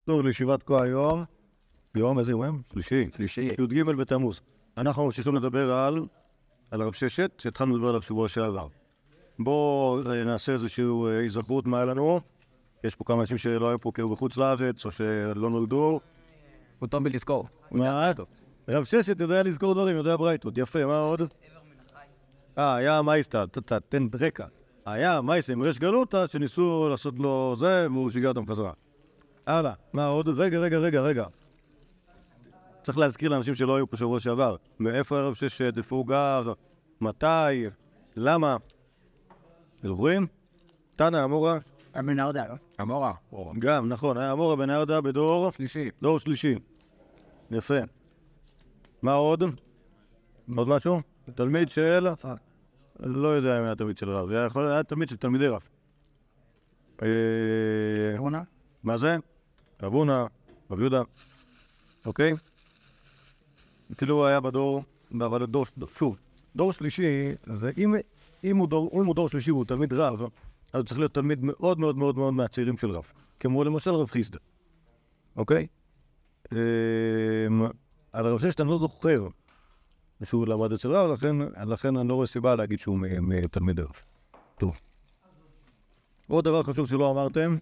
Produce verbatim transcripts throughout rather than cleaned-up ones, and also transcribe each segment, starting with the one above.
טוב, לישיבת כה היום, יום איזה יום? שלישי. שלישי. י"ג בתמוז. אנחנו ממשיכים לדבר על, על הרב ששת, שהתחלנו לדבר עליו שבוע שעבר. בואו נעשה איזושהי היזכרות מה היה לנו. יש פה כמה אנשים שלא היו פה כי הוא בחוץ לארץ, או שלא נולדו. הוא טוב בלזכור. מה? הרב ששת יודע לזכור דברים, יודע ברייתות. יפה, מה עוד? אה, היה מייסטה, תן רקע. היה מייסה עם רש גלותה שניסו לעשות לו זה, והוא שיגע אותם חזרה. הלאה, מה עוד? רגע, רגע, רגע, רגע. צריך להזכיר לאנשים שלא היו פה שבוע שעבר. מאיפה הרב ששת, איפה הוא גר, מתי, למה? זוכרים? תנא אמורה? בן ארדה, לא? אמורה. גם, נכון, היה אמורה בן ארדה בדור שלישי. דור שלישי. יפה. מה עוד? עוד משהו? תלמיד של? לא יודע אם היה תלמיד של רב. היה יכול- היה תלמיד של תלמידי רב. אה, ארונה? מה זה? רב הונא, רב יהודה. אוקיי? כאילו הוא היה בדור, אבל דור, שוב, דור שלישי, אז אם, אם, הוא דור, אם הוא דור שלישי והוא תלמיד רב, אז הוא צריך להיות תלמיד מאוד מאוד מאוד מאוד מהצעירים של רב. כמו למשל רב חיסדא. אוקיי? אמ, על הרב ששת אני לא זוכר שהוא למד אצל רב, לכן, לכן אני לא רואה סיבה להגיד שהוא מ- מתלמיד רב. טוב. עוד דבר חשוב שלא אמרתם,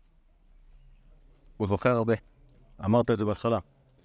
הוא זוכר הרבה. אמרת את זה בהתחלה.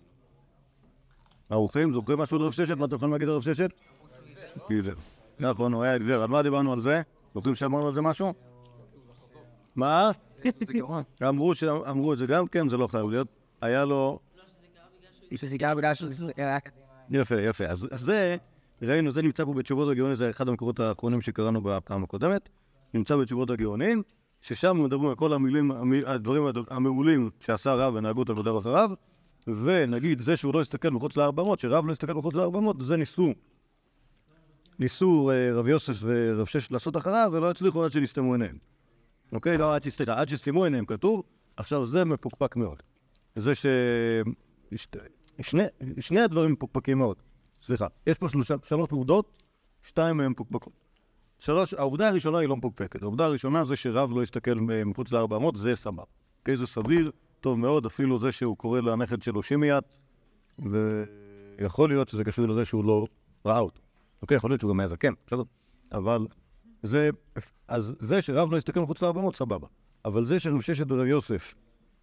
ערוכים, זוכרים משהו על רב ששת? מה אתם יכולים להגיד על רב ששת? עיוור. נכון, הוא היה עיוור. על מה דיברנו על זה? זוכרים שאמרנו על זה משהו? מה? אמרו שאמרו את זה גם כן, זה לא חייב להיות. היה לו... שזיגר בגלל שזה רק... יפה, יפה. אז אז זה, ראינו, זה נמצא פה בתשובות הגאונים, זה אחד המקורות האחרונים שקראנו בפעם הקודמת. נמצא בתשובות הגאונים, ששם מדברים על כל המילים, המי- הדברים הד- המעולים שעשה רב ונהגות עבודה אחריו, ונגיד זה שהוא לא הסתכל מחוץ לארבע מאות, שרב לא הסתכל מחוץ לארבע מאות, זה ניסו. ניסו אה, רב יוסף ורב ששת לעשות אחריו, ולא הצליחו עד שנסתמו עיניהם. אוקיי? לא, עד שסליחה, עד שסתמו עיניהם כתוב, עכשיו זה מפוקפק מאוד. זה ש... שת- שני, שני הדברים מפוקפקים מאוד. סליחה, יש פה שלושה, שלוש עובדות, שתיים מהן מפוקפקות. שלוש, העובדה הראשונה היא לא מפוקפקת. העובדה הראשונה זה שרב לא הסתכל מחוץ לארבע מאות, זה סבבה. אוקיי, זה סביר, טוב מאוד, אפילו זה שהוא קורא לנכד שלו שימיית, ויכול להיות שזה קשור לזה שהוא לא ראה אותו. אוקיי, יכול להיות שהוא גם היה זקן, בסדר? אבל זה, אז זה שרב לא הסתכל מחוץ לארבע מאות, סבבה. אבל זה שרב ששת ורב יוסף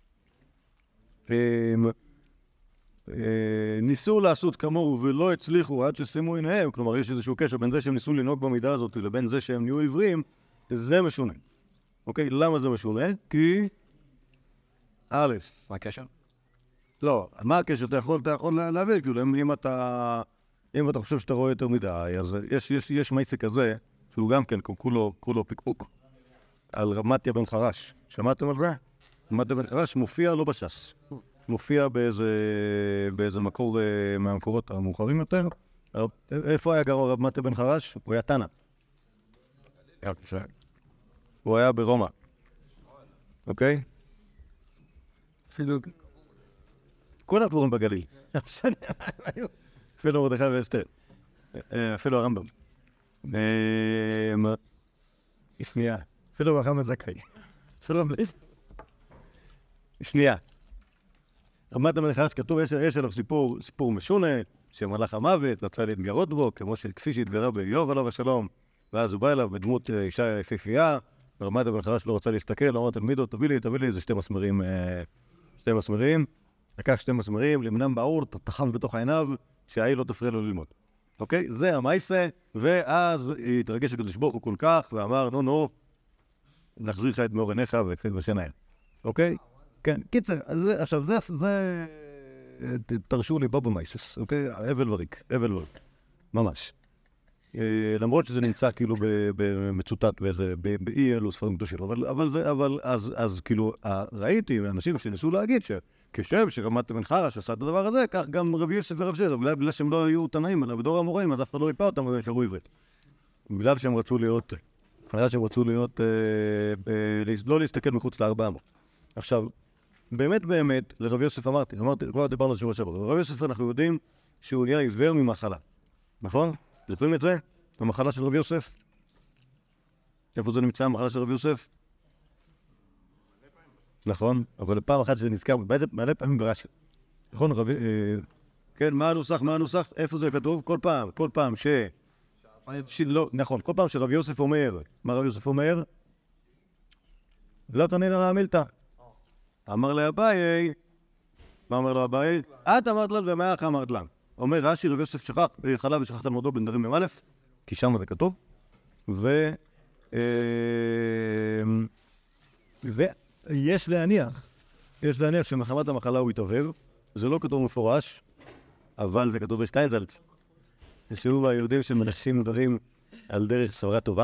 הם, אה, ניסו לעשות כמוהו ולא הצליחו עד ששימו עיניהם, כלומר יש איזשהו קשר בין זה שהם ניסו לנהוג במידה הזאת לבין זה שהם נהיו עיוורים, זה משונה. אוקיי, למה זה משונה? כי... א', מה הקשר? לא, מה הקשר? אתה יכול, אתה יכול לה- להבין, כאילו, אם, אם אתה... אם אתה חושב שאתה רואה יותר מדי, אז יש, יש, יש מייסה כזה, שהוא גם כן, כולו, כולו פיקפוק, על רב מתיה בן חרש. שמעתם על זה? רב מתיה בן חרש מופיע לא בש"ס. מופיע באיזה, באיזה מקור, אה, מהמקורות המאוחרים יותר. איפה היה גר רב מתיה בן חרש? הוא היה תנא. הוא היה ברומא. אוקיי? אפילו... כל הדבורים בגליל. אפילו מרדכי ואסתר. אה, אפילו הרמב"ם. אה, מה? שנייה. אפילו מחמד זכאי. שלום ליץ. שנייה. רמת המלך כתוב, יש, יש עליו סיפור, סיפור משונה, שמלאך המוות רצה להתגרות בו, כמו שכפי שהתגרה באיוב עליו השלום, ואז הוא בא אליו בדמות אה, אישה יפהפייה, ורמת המלך לא רצה להסתכל, אמר תלמידו, תביא לי, תביא לי איזה שתי מסמרים, אה, שתי מסמרים, לקח שתי מסמרים, למנם בעור, תחם בתוך העיניו, שהעי לא תפריע לו ללמוד. אוקיי? זה המייסה, ואז התרגש הקדוש ברוך הוא כל כך, ואמר, נו נו, נחזיר לך את מאור עיניך וכן היה. אוקיי? כן, קיצר, אז זה, עכשיו זה, זה, תרשו לי בבא מייסס, אוקיי? אבל וריק, אבל וריק, ממש. אה, למרות שזה נמצא כאילו ב- במצוטט באיזה, ב- באי אלו ספרים קדושים, אבל, אבל זה, אבל אז, אז כאילו, אה, ראיתי אנשים שניסו להגיד שכשם שרמת בן חרש עשה את הדבר הזה, כך גם רבי יוסף ורב ששת, בגלל, בגלל שהם לא היו תנאים, אלא בדור המוראים, אז אף אחד לא ריפא אותם, אבל הם נשארו עברית. בגלל שהם רצו להיות, בגלל שהם רצו להיות, אה, אה, לא להסתכל מחוץ לארבע מאות. עכשיו, באמת באמת, לרב יוסף אמרתי, אמרתי, כבר דיברנו על שבוע שעבר, לרב יוסף אנחנו יודעים שהוא נהיה עיוור ממחלה, נכון? זוכרים את זה? המחלה של רב יוסף? איפה זה נמצא, המחלה של רב יוסף? נכון? אבל פעם אחת שזה נזכר, מלא פעמים ברש"י. נכון, רבי... כן, מה הנוסח, מה הנוסח? איפה זה כתוב? כל פעם, כל פעם ש... לא, נכון, כל פעם שרבי יוסף אומר, מה רבי יוסף אומר? לא תנין על המילתא. אמר לאביי, מה אומר לו אביי? את אמרת לנו ומה איך אמרת לנו? אומר רש"י, רבי יוסף שכח, חלה ושכח תלמודו בנדרים מ"א, כי שם זה כתוב, ו... ויש להניח, יש להניח שמחמת המחלה הוא יתעוור, זה לא כתוב מפורש, אבל זה כתוב בשטיינזלץ, שהוא היהודים שמנחשים דברים על דרך סברה טובה,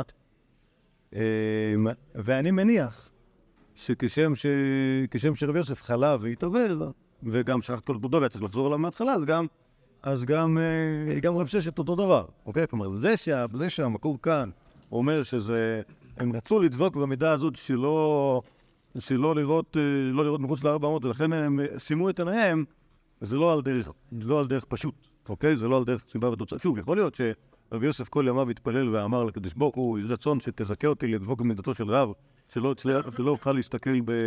ואני מניח שכשם ש... כשם שרבי יוסף חלה והתעוור, וגם שכח כל תודו וצריך לחזור עליו מההתחלה, אז גם, אז גם, גם רב ששת אותו דבר, אוקיי? כלומר, זה, שה... זה שהמקור כאן אומר שזה, הם רצו לדבוק במידה הזאת שלא, שלא לראות, לא לראות מחוץ לארבע מאות, ולכן הם שימו את עיניהם, זה לא על דרך, לא על דרך פשוט, אוקיי? זה לא על דרך סיבה ותוצאה. שוב, יכול להיות שרבי יוסף כל ימיו התפלל ואמר לקדוש ברוך הוא, יש רצון שתזכה אותי לדבוק במידתו של רב, שלא שלא אוכל להסתכל ב...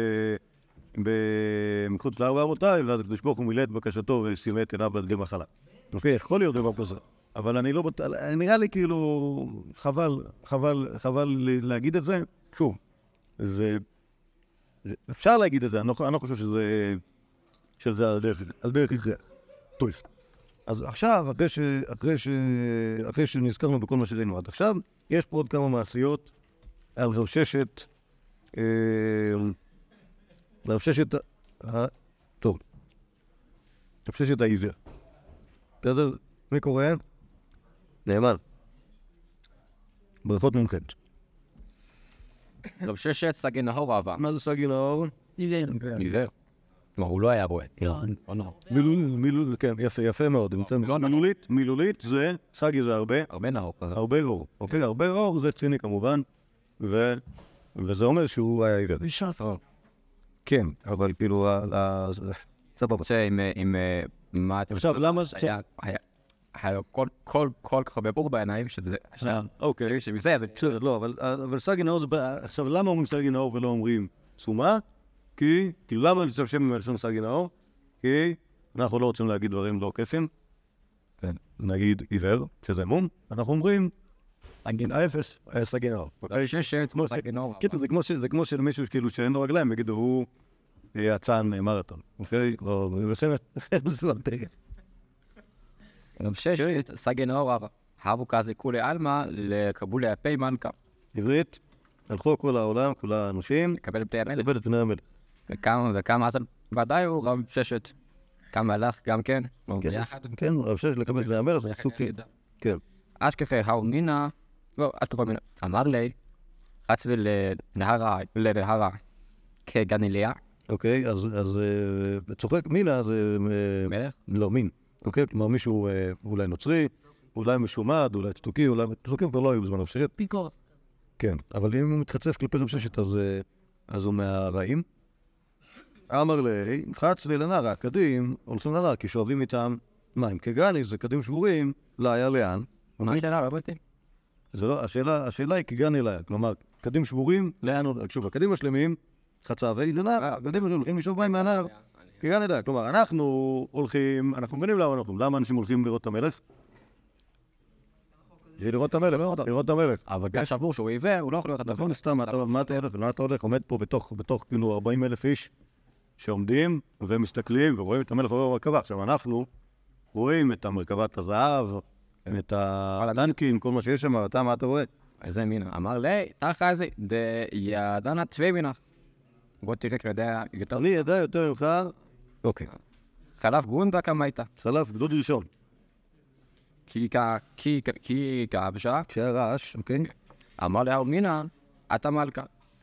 מחוץ לארבע אמותיי, ואז הקדוש ברוך הוא מילא את בקשתו ושימה את עיניו בידי מחלה. אוקיי, יכול להיות דבר כזה. אבל אני לא... נראה לי כאילו... חבל, חבל, חבל להגיד את זה. שוב, זה... אפשר להגיד את זה, אני לא חושב שזה... שזה על דרך... על דרך זה. טוב. אז עכשיו, אחרי ש... אחרי ש... אחרי שנזכרנו בכל מה שראינו עד עכשיו, יש פה עוד כמה מעשיות על רב ששת... רב ששת... טוב. רב ששת העיוור. בסדר? מי קורא? נאמן. ברכות מומחת. רב ששת סגי נהור אהבה. מה זה סגי נהור? עיוור. עיוור. כלומר, הוא לא היה רואה. לא נהור. מילולית, כן, יפה, יפה מאוד. מילולית, מילולית זה, סגי זה הרבה. הרבה נהור. הרבה אור. אוקיי, הרבה אור זה ציני כמובן, וזה אומר שהוא היה עיוור. בש"ס. כן, אבל כאילו, סבבה. שעם... מה אתם... עכשיו, למה... היה כל כך הרבה בור בעיניים, שזה... אוקיי. שמזה זה... לא, אבל סגי נאור זה... עכשיו, למה אומרים סגי נאור ולא אומרים סומה? כי... כאילו, למה להשתמש בלשון סגי נאור? כי אנחנו לא רוצים להגיד דברים לא כיפים. נגיד עיוור, שזה מום. אנחנו אומרים... האפס, סגי נאור. ששת, סגי נאור. קיצור, זה כמו שמישהו כאילו שאין לו רגליים, יגידו, הוא יצאן מרתון. אוקיי? וכן, זו המתרגל. רב ששת, סגי נאור אהבה. הבו כזה לכולי עלמא לקבולי הפי מנקה. עברית, הלכו כל העולם, כל האנושים, לקבל פני המלך. לקבל את פני המלך. וכמה, וכמה, אז ודאי הוא רב ששת. כמה הלך גם כן. כן, רב ששת לקבל את פני המלך, זה חוקי. כן. אשכחי האומינה, לא, אשכחי מינה. אמר לי, חצבי לנהרה כגניליה. אוקיי, אז צוחק מינה זה... מלך? לא, מין. אוקיי, כלומר מישהו אולי נוצרי, אולי משומד, אולי צדוקי, אולי... צדוקים כבר לא היו בזמן רב ששת. פיקורס. כן, אבל אם הוא מתחצף כלפי רב ששת, אז הוא מהרעים. אמר לי, חץ לי לנהר, הקדים הולכים לנהר, כי שואבים איתם מים. כגני זה קדים שבורים, לא היה לאן. מה השאלה, רבתי? זה לא, השאלה, השאלה היא כגני לאן. כלומר, קדים שבורים, לאן, שוב, הקדים השלמים, חצבי לנהר, הקדים הולכים לשאוב מים מהנהר. כגני לאן. כלומר, אנחנו הולכים, אנחנו מבינים למה אנחנו, למה אנשים הולכים לראות את המלך? לראות את המלך, לראות את המלך. אבל גם שבור שהוא עיוור, הוא לא יכול להיות הדבר. נכון, סתם, מה אתה הולך? מה אתה הולך? עומד פה בתוך, בתוך כאילו ארבעים אלף איש שעומדים ומסתכלים ורואים את המלך עובר במרכבה. עכשיו, אנחנו רואים את המרכבת הזהב, את הטנקים, כל מה שיש שם, אתה, מה אתה רואה? איזה מינה. אמר לי, תחי זה, ידענה צווי מינך. בוא תראה כדאי יותר... אני ידע יותר ממך. אוקיי. חלף גונדה כמה הייתה. חלף גדוד ראשון. כי כאבשה. כשהיה רעש, אוקיי. אמר לי, מינה, אתה מלכה.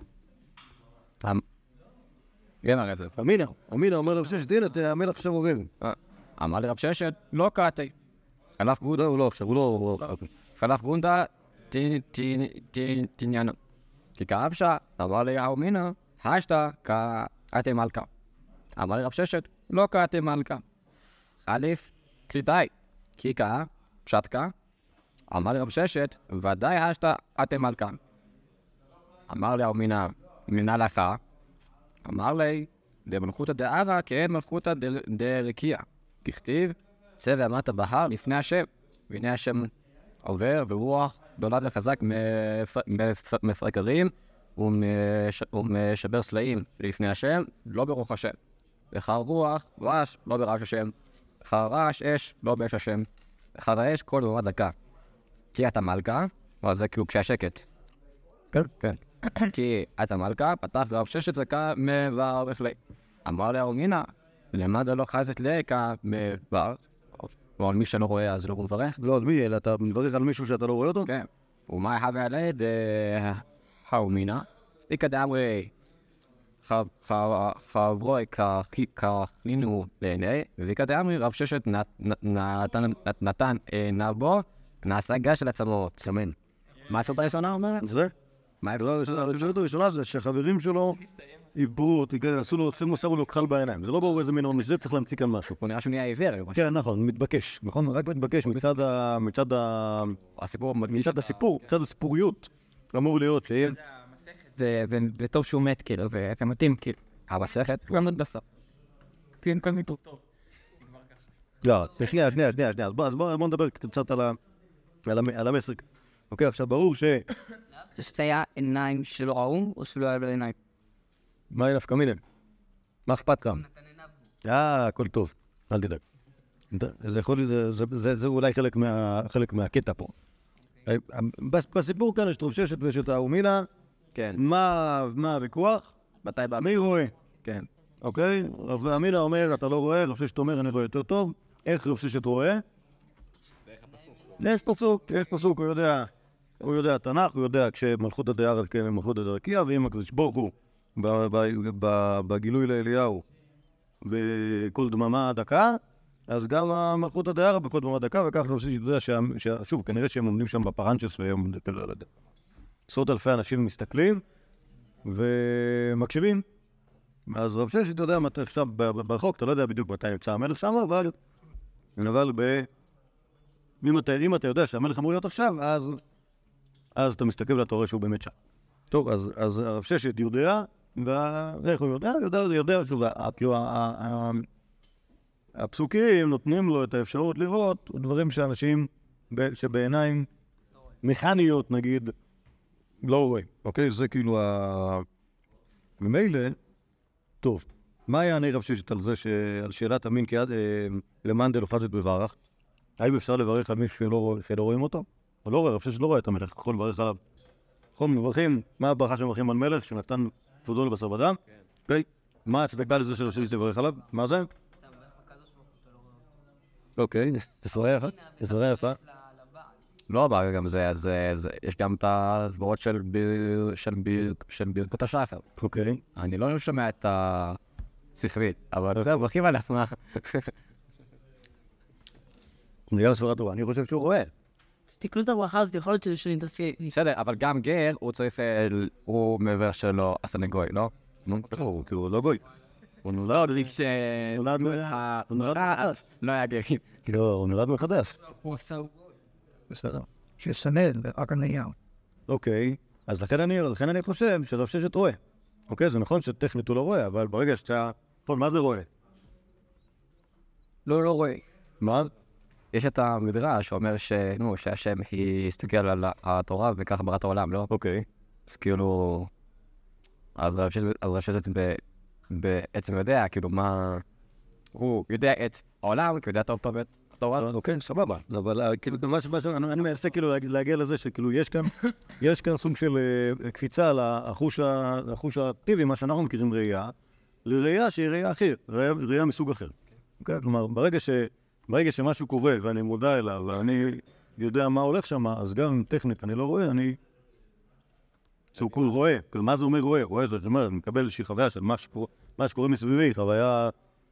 כן, הרי זה. אמינה, אמינה אומר לרב ששת, הנה, המלך עכשיו עובר. אמר לי רב ששת, לא קראתי. חלף גונדה. לא, הוא לא עכשיו, הוא לא... חלף גונדה, תעניינו. כי כאבשה, אמר לי, אמינה, השתה קראתי מלכה. אמר לי רב ששת, לא קראתי מלכה. חליף, קליטאי. כי כא, פשטקה. אמר לי רב ששת, ודאי השתה אתם מלכה. אמר לי אמינה, מינה לך. אמר לי, דמלכותא דערא כאין מלכותא דרקיע. ככתיב, צא ועמדת בהר לפני השם. והנה השם עובר ורוח דולד וחזק מפרק הרים ומשבר סלעים לפני השם, לא ברוח השם. ואחר רוח, רעש, לא ברעש השם. אחר רעש, אש, לא באש השם. אחר האש, כל דממה דקה. כי אתה מלכה, אבל זה כאילו כשהשקט. כן? כן. כי אתה מלכה, פתח רב ששת וקה מבר וכלי. אמר לה אומינה, למד לא חזת לקה מבר. או על מי שלא רואה, אז לא מברך. לא, על מי? אלא אתה מברך על מישהו שאתה לא רואה אותו? כן. ומה יחווה עליה האומינה? איקא דאמרי חברוי ככלינו לעיני, ואיקא דאמרי רב ששת נתן נבו, נעשה גש של עצמות. אמן. מה הסוד הראשונה אומרת? זה? מה הסוד הראשונה זה שהחברים שלו עיברו אותי, עשו לו, שמו לו כחל בעיניים. זה לא ברור איזה מין עונש, זה צריך להמציא כאן משהו. הוא נראה שהוא נהיה עיוור. כן, נכון, מתבקש, נכון? רק מתבקש מצד ה... מצד ה... הסיפור מדגיש. מצד הסיפור, מצד הסיפוריות. אמור להיות שיהיה... זה טוב שהוא מת, כאילו, זה מתאים, כאילו. המסכת? הוא גם בסוף. כן, כל מיני טוב. לא, שנייה, שנייה, שנייה, שנייה. אז בואו נדבר קצת על המסר. אוקיי, עכשיו ברור ש... זה שתי העיניים שלא ראו, או שלא היה בעיניים? מה נפקא מינה? מה אכפת לך? אה, הכל טוב, אל תדאג. זה יכול להיות, זה אולי חלק מהקטע פה. בסיפור כאן יש רב ששת ויש את האומינה. כן. מה הוויכוח? מתי בא? מי רואה? כן. אוקיי? רב האומינה אומר, אתה לא רואה, רב ששת אומר, אני רואה יותר טוב. איך רב ששת רואה? יש פסוק, יש פסוק, הוא יודע, הוא יודע תנ"ך, הוא יודע כשמלכותא דערא כן מלכותא דרקיע, ואם הקדוש ברוך הוא בגילוי לאליהו וכל דממה דקה, אז גם המלכותא דערא בכל דממה דקה, וכך רב ששת יודע ששוב, כנראה שהם עומדים שם בפרנצ'ס והם עשרות אלפי אנשים מסתכלים ומקשיבים. אז רב ששת יודע מתי עכשיו ברחוק, אתה לא יודע בדיוק מתי נמצא המלך שם, אבל אבל ב... אם אתה, אם אתה יודע שהמלך אמור להיות עכשיו, אז, אז אתה מסתכל ואתה רואה שהוא באמת שם. טוב, אז, אז הרב ששת יודע, ואיך הוא יודע? יודע, יודע שזה, כאילו, הפסוקים נותנים לו את האפשרות לראות דברים שאנשים, שבעיניים מכניות, נגיד, לא רואים. אוקיי? זה כאילו ה... ממילא, טוב, מה יענה רב ששת על זה, על שאלת המין כיד, למאן דלוחזת בברך? האם אפשר לברך על מישהו שלא רואים אותו? או לא רואה, רב ששת לא רואה את המלך, יכול לברך עליו. נכון, מברכים, מה הברכה שמברכים על מלך שנתן כבודו לבשר ודם? אוקיי? מה ההצדקה לזה שרב ששת לברך עליו? מה זה? אוקיי, הסברה יפה, הסברה יפה. לא, אבל גם זה, יש גם את הסברות של ברכות השחר. אוקיי. אני לא שומע את הספרית, אבל זהו, מברכים עליו, מה? נראה סברה טובה, אני חושב שהוא רואה. תקלו את הברכה הזאת, יכול להיות שזה שאני תעשי. בסדר, אבל גם גר, הוא צריך, הוא מעבר שלו הסנגוי, לא? נו, כי הוא לא גוי. הוא נולד... נולד מחדש. לא היה גרים. לא, הוא נולד מחדש. הוא עשה הוא גוי. בסדר. שסנד, רק הנהיהו. אוקיי, אז לכן אני, לכן אני חושב שרב ששת רואה. אוקיי, זה נכון שטכנית הוא לא רואה, אבל ברגע שאתה... נכון, מה זה רואה? לא, לא רואה. מה? יש את המדרש שאומר שנו, שהשם יסתכל על התורה וכך ברא את העולם, לא? אוקיי. אז כאילו... אז רב ששת בעצם יודע, כאילו מה... הוא יודע את העולם, כי הוא יודע טוב טוב את התורה. אוקיי, סבבה. אבל כאילו, אני מנסה כאילו להגיע לזה שכאילו יש כאן, יש כאן סוג של קפיצה לחוש הטבעי, מה שאנחנו מכירים ראייה, לראייה שהיא ראייה אחר, ראייה מסוג אחר. כלומר, ברגע ש... ברגע שמשהו קורה ואני מודע אליו ואני יודע מה הולך שם, אז גם אם טכנית אני לא רואה, אני... הוא כול רואה. מה זה אומר רואה? רואה זאת אומרת, אני מקבל איזושהי חוויה של מה שקורה מסביבי, חוויה...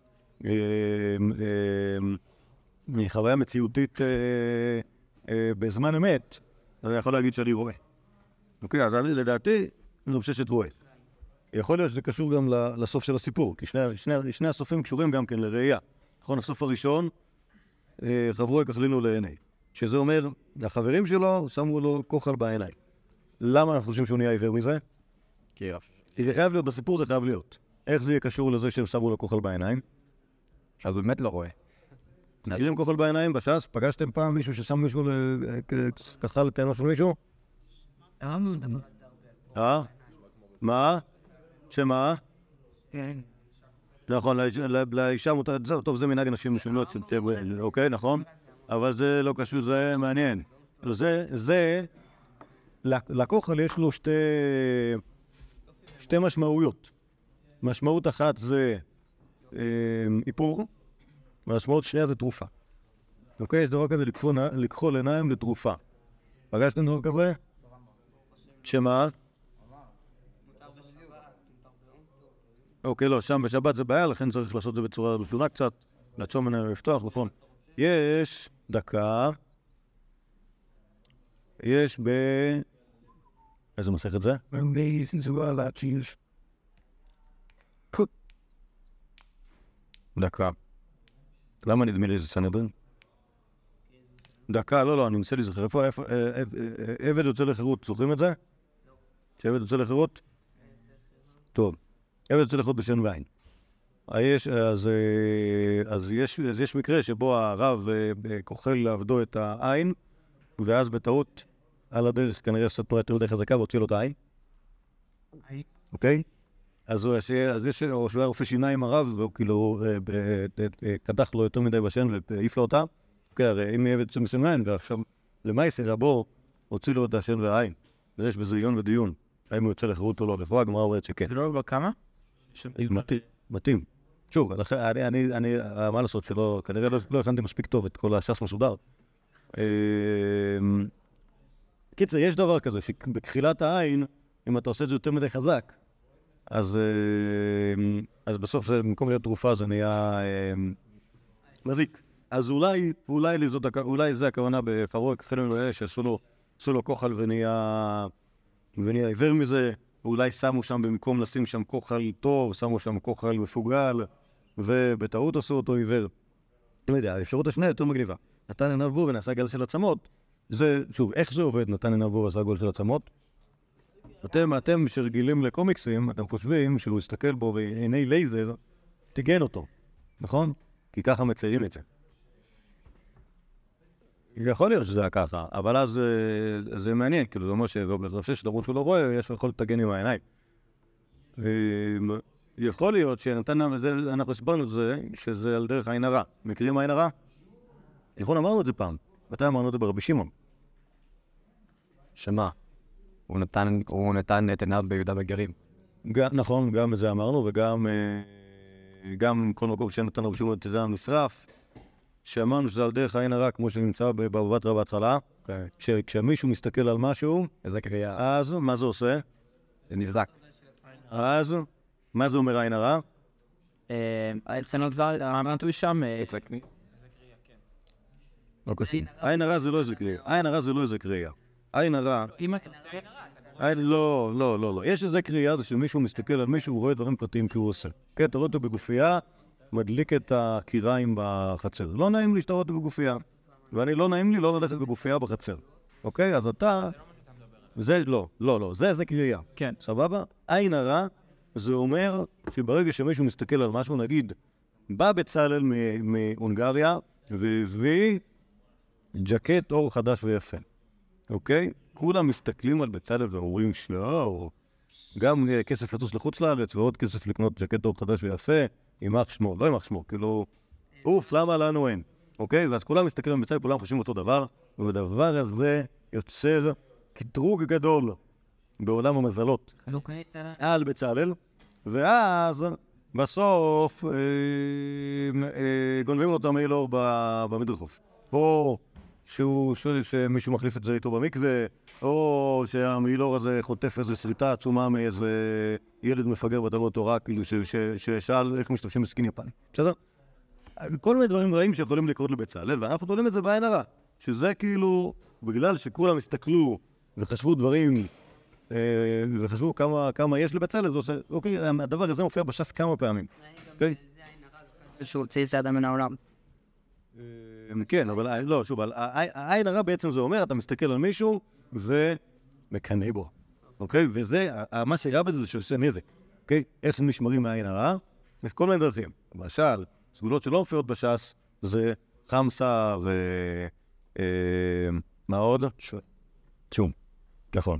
חוויה מציאותית בזמן אמת, אז אני יכול להגיד שאני רואה. אוקיי, אז אני לדעתי, אני חושב שאת רואה. יכול להיות שזה קשור גם לסוף של הסיפור, כי שני הסופים קשורים גם כן לראייה. נכון, הסוף הראשון, חברו יכחלינו לעיני. שזה אומר, החברים שלו שמו לו כוחל בעיניים. למה אנחנו חושבים שהוא נהיה עיוור מזה? כי רב. כי זה חייב להיות, בסיפור זה חייב להיות. איך זה יהיה קשור לזה שהם שמו לו כוחל בעיניים? אז הוא באמת לא רואה. מכירים כוחל בעיניים בש"ס? פגשתם פעם מישהו ששם מישהו כחל את העינו של מישהו? אה? מה? שמה? כן. נכון, לאישה מותר, טוב, זה מנהג אנשים משונות, אוקיי, נכון? אבל זה לא קשור, זה מעניין. זה, זה, לכוחל יש לו שתי, שתי משמעויות. משמעות אחת זה איפור, והמשמעות שנייה זה תרופה. אוקיי, יש דבר כזה לכחול עיניים לתרופה. פגשתם דבר כזה? שמה? אוקיי, לא, שם בשבת זה בעיה, לכן צריך לעשות את זה בצורה משונה קצת, לעצום עיניים ולפתוח, נכון. יש דקה, יש ב... איזה מסכת זה? דקה. למה נדמה לי שזה סנהדרין? דקה, לא, לא, אני מנסה להיזכר. איפה, איפה, עבד יוצא לחירות, זוכרים את זה? שעבד יוצא לחירות? טוב. עבד יוצא לחירות בשן ועין. יש, אז, אז, יש, אז יש מקרה שבו הרב כוחל לעבדו את העין, ואז בטעות על הדרך כנראה עשה תנועה יותר די חזקה והוציא לו את העין. אוקיי? אז הוא יש, או שהוא היה רופא שיניים הרב, והוא כאילו קדח לו יותר מדי בשן והעיף לו אותה. אוקיי, הרי אם עבד יוצא משן ועין, ועכשיו למעשה רבו הוציא לו את השן והעין. ויש בזה עיון ודיון. האם הוא יוצא לחירות או לא, לכאורה הגמרא אומרת שכן. זה לא בכמה? מתאים, מתאים. שוב, אני, אני, אני, מה לעשות שלא, כנראה לא הכנתי מספיק טוב את כל הש"ס מסודר. קיצר, יש דבר כזה, שבכחילת העין, אם אתה עושה את זה יותר מדי חזק, אז, אז בסוף זה, במקום להיות תרופה, זה נהיה מזיק. אז אולי, אולי, אולי זה הכוונה בפרעה כחילם לו אש, שעשו לו, עשו לו כוחל ונהיה, ונהיה עיוור מזה. ואולי שמו שם במקום לשים שם כוחל טוב, שמו שם כוחל מפוגל, ובטעות עשו אותו עיוור. לא יודע, האפשרות השנייה יותר מגניבה. נתן עיניו בור ונעשה גל של עצמות. זה, שוב, איך זה עובד נתן עיניו בור ועשה גל של עצמות? אתם, אתם שרגילים לקומיקסים, אתם חושבים שהוא יסתכל בו בעיני לייזר, תיגן אותו, נכון? כי ככה מציירים את זה. יכול להיות שזה היה ככה, אבל אז זה מעניין, כאילו זה אומר שרופא שדמות שהוא לא רואה, יש יכול לתגן עם העיניים. יכול להיות שנתן, אנחנו הסברנו את זה, שזה על דרך עין הרע. מכירים עין הרע? נכון, אמרנו את זה פעם. מתי אמרנו את זה ברבי שמעון? שמה? הוא נתן, הוא נתן את עיניו ביהודה בגרים. נכון, גם את זה אמרנו, וגם גם כל מקום שנתן רבי שמעון את זה נשרף. שאמרנו שזה על דרך העין הרע, כמו שנמצא בבבא בתרא בהתחלה, שכשמישהו מסתכל על משהו, אז מה זה עושה? זה נבזק. אז מה זה אומר העין הרע? אצלנו כבר אמרנו שם... העין הרע זה לא איזה קריאה. העין הרע זה לא איזה קריאה. העין הרע... לא, לא, לא, לא. יש איזה קריאה, זה שמישהו מסתכל על מישהו, הוא רואה דברים פרטיים שהוא עושה. כן, אתה רואה אותו בגופייה, מדליק את הקיריים בחצר. לא נעים לי שאתה רואה אותו בגופייה. ואני לא נעים לי לא ללכת בגופייה בחצר. אוקיי? אז אתה... זה לא, לא, לא. זה, זה קריאה. כן. סבבה? עין הרע, זה אומר שברגע שמישהו מסתכל על משהו, נגיד, בא בצלאל מהונגריה, והביא ג'קט אור חדש ויפה. אוקיי? כולם מסתכלים על בצלאל ואומרים, שלא, גם כסף לטוס לחוץ לארץ, ועוד כסף לקנות ג'קט אור חדש ויפה, יימח שמו, לא יימח שמו, כאילו, אוף, למה לנו אין? אוקיי? ואז כולם מסתכלים על בצלאל, כולם חושבים אותו דבר, ובדבר הזה יוצר קטרוג גדול בעולם המזלות על בצלאל, ואז בסוף גונבים לו את המעיל אור במדרחוב. או שמישהו מחליף את זה איתו במקווה, או שהמעיל אור הזה חוטף איזו שריטה עצומה מאיזה ילד מפגר בתלמוד תורה, כאילו ששאל איך משתמשים בסכין יפני. בסדר? כל מיני דברים רעים שיכולים לקרות לבצלאל, ואנחנו תולים את זה בעין הרע. שזה כאילו, בגלל שכולם הסתכלו וחשבו דברים, וחשבו כמה, כמה יש לבצלאל, זה עושה, אוקיי, הדבר הזה מופיע בש"ס כמה פעמים. אוקיי? שהוא הוציא את האדם מן העולם. כן, אבל לא, שוב, העין הרע בעצם זה אומר, אתה מסתכל על מישהו ומקנא בו. אוקיי? וזה, מה שרע בזה זה שעושה נזק. אוקיי? איך הם נשמרים מהעין הרע? יש כל מיני דרכים. למשל, סגולות שלא מופיעות בש"ס זה חמסה ו... מה עוד? שום. נכון.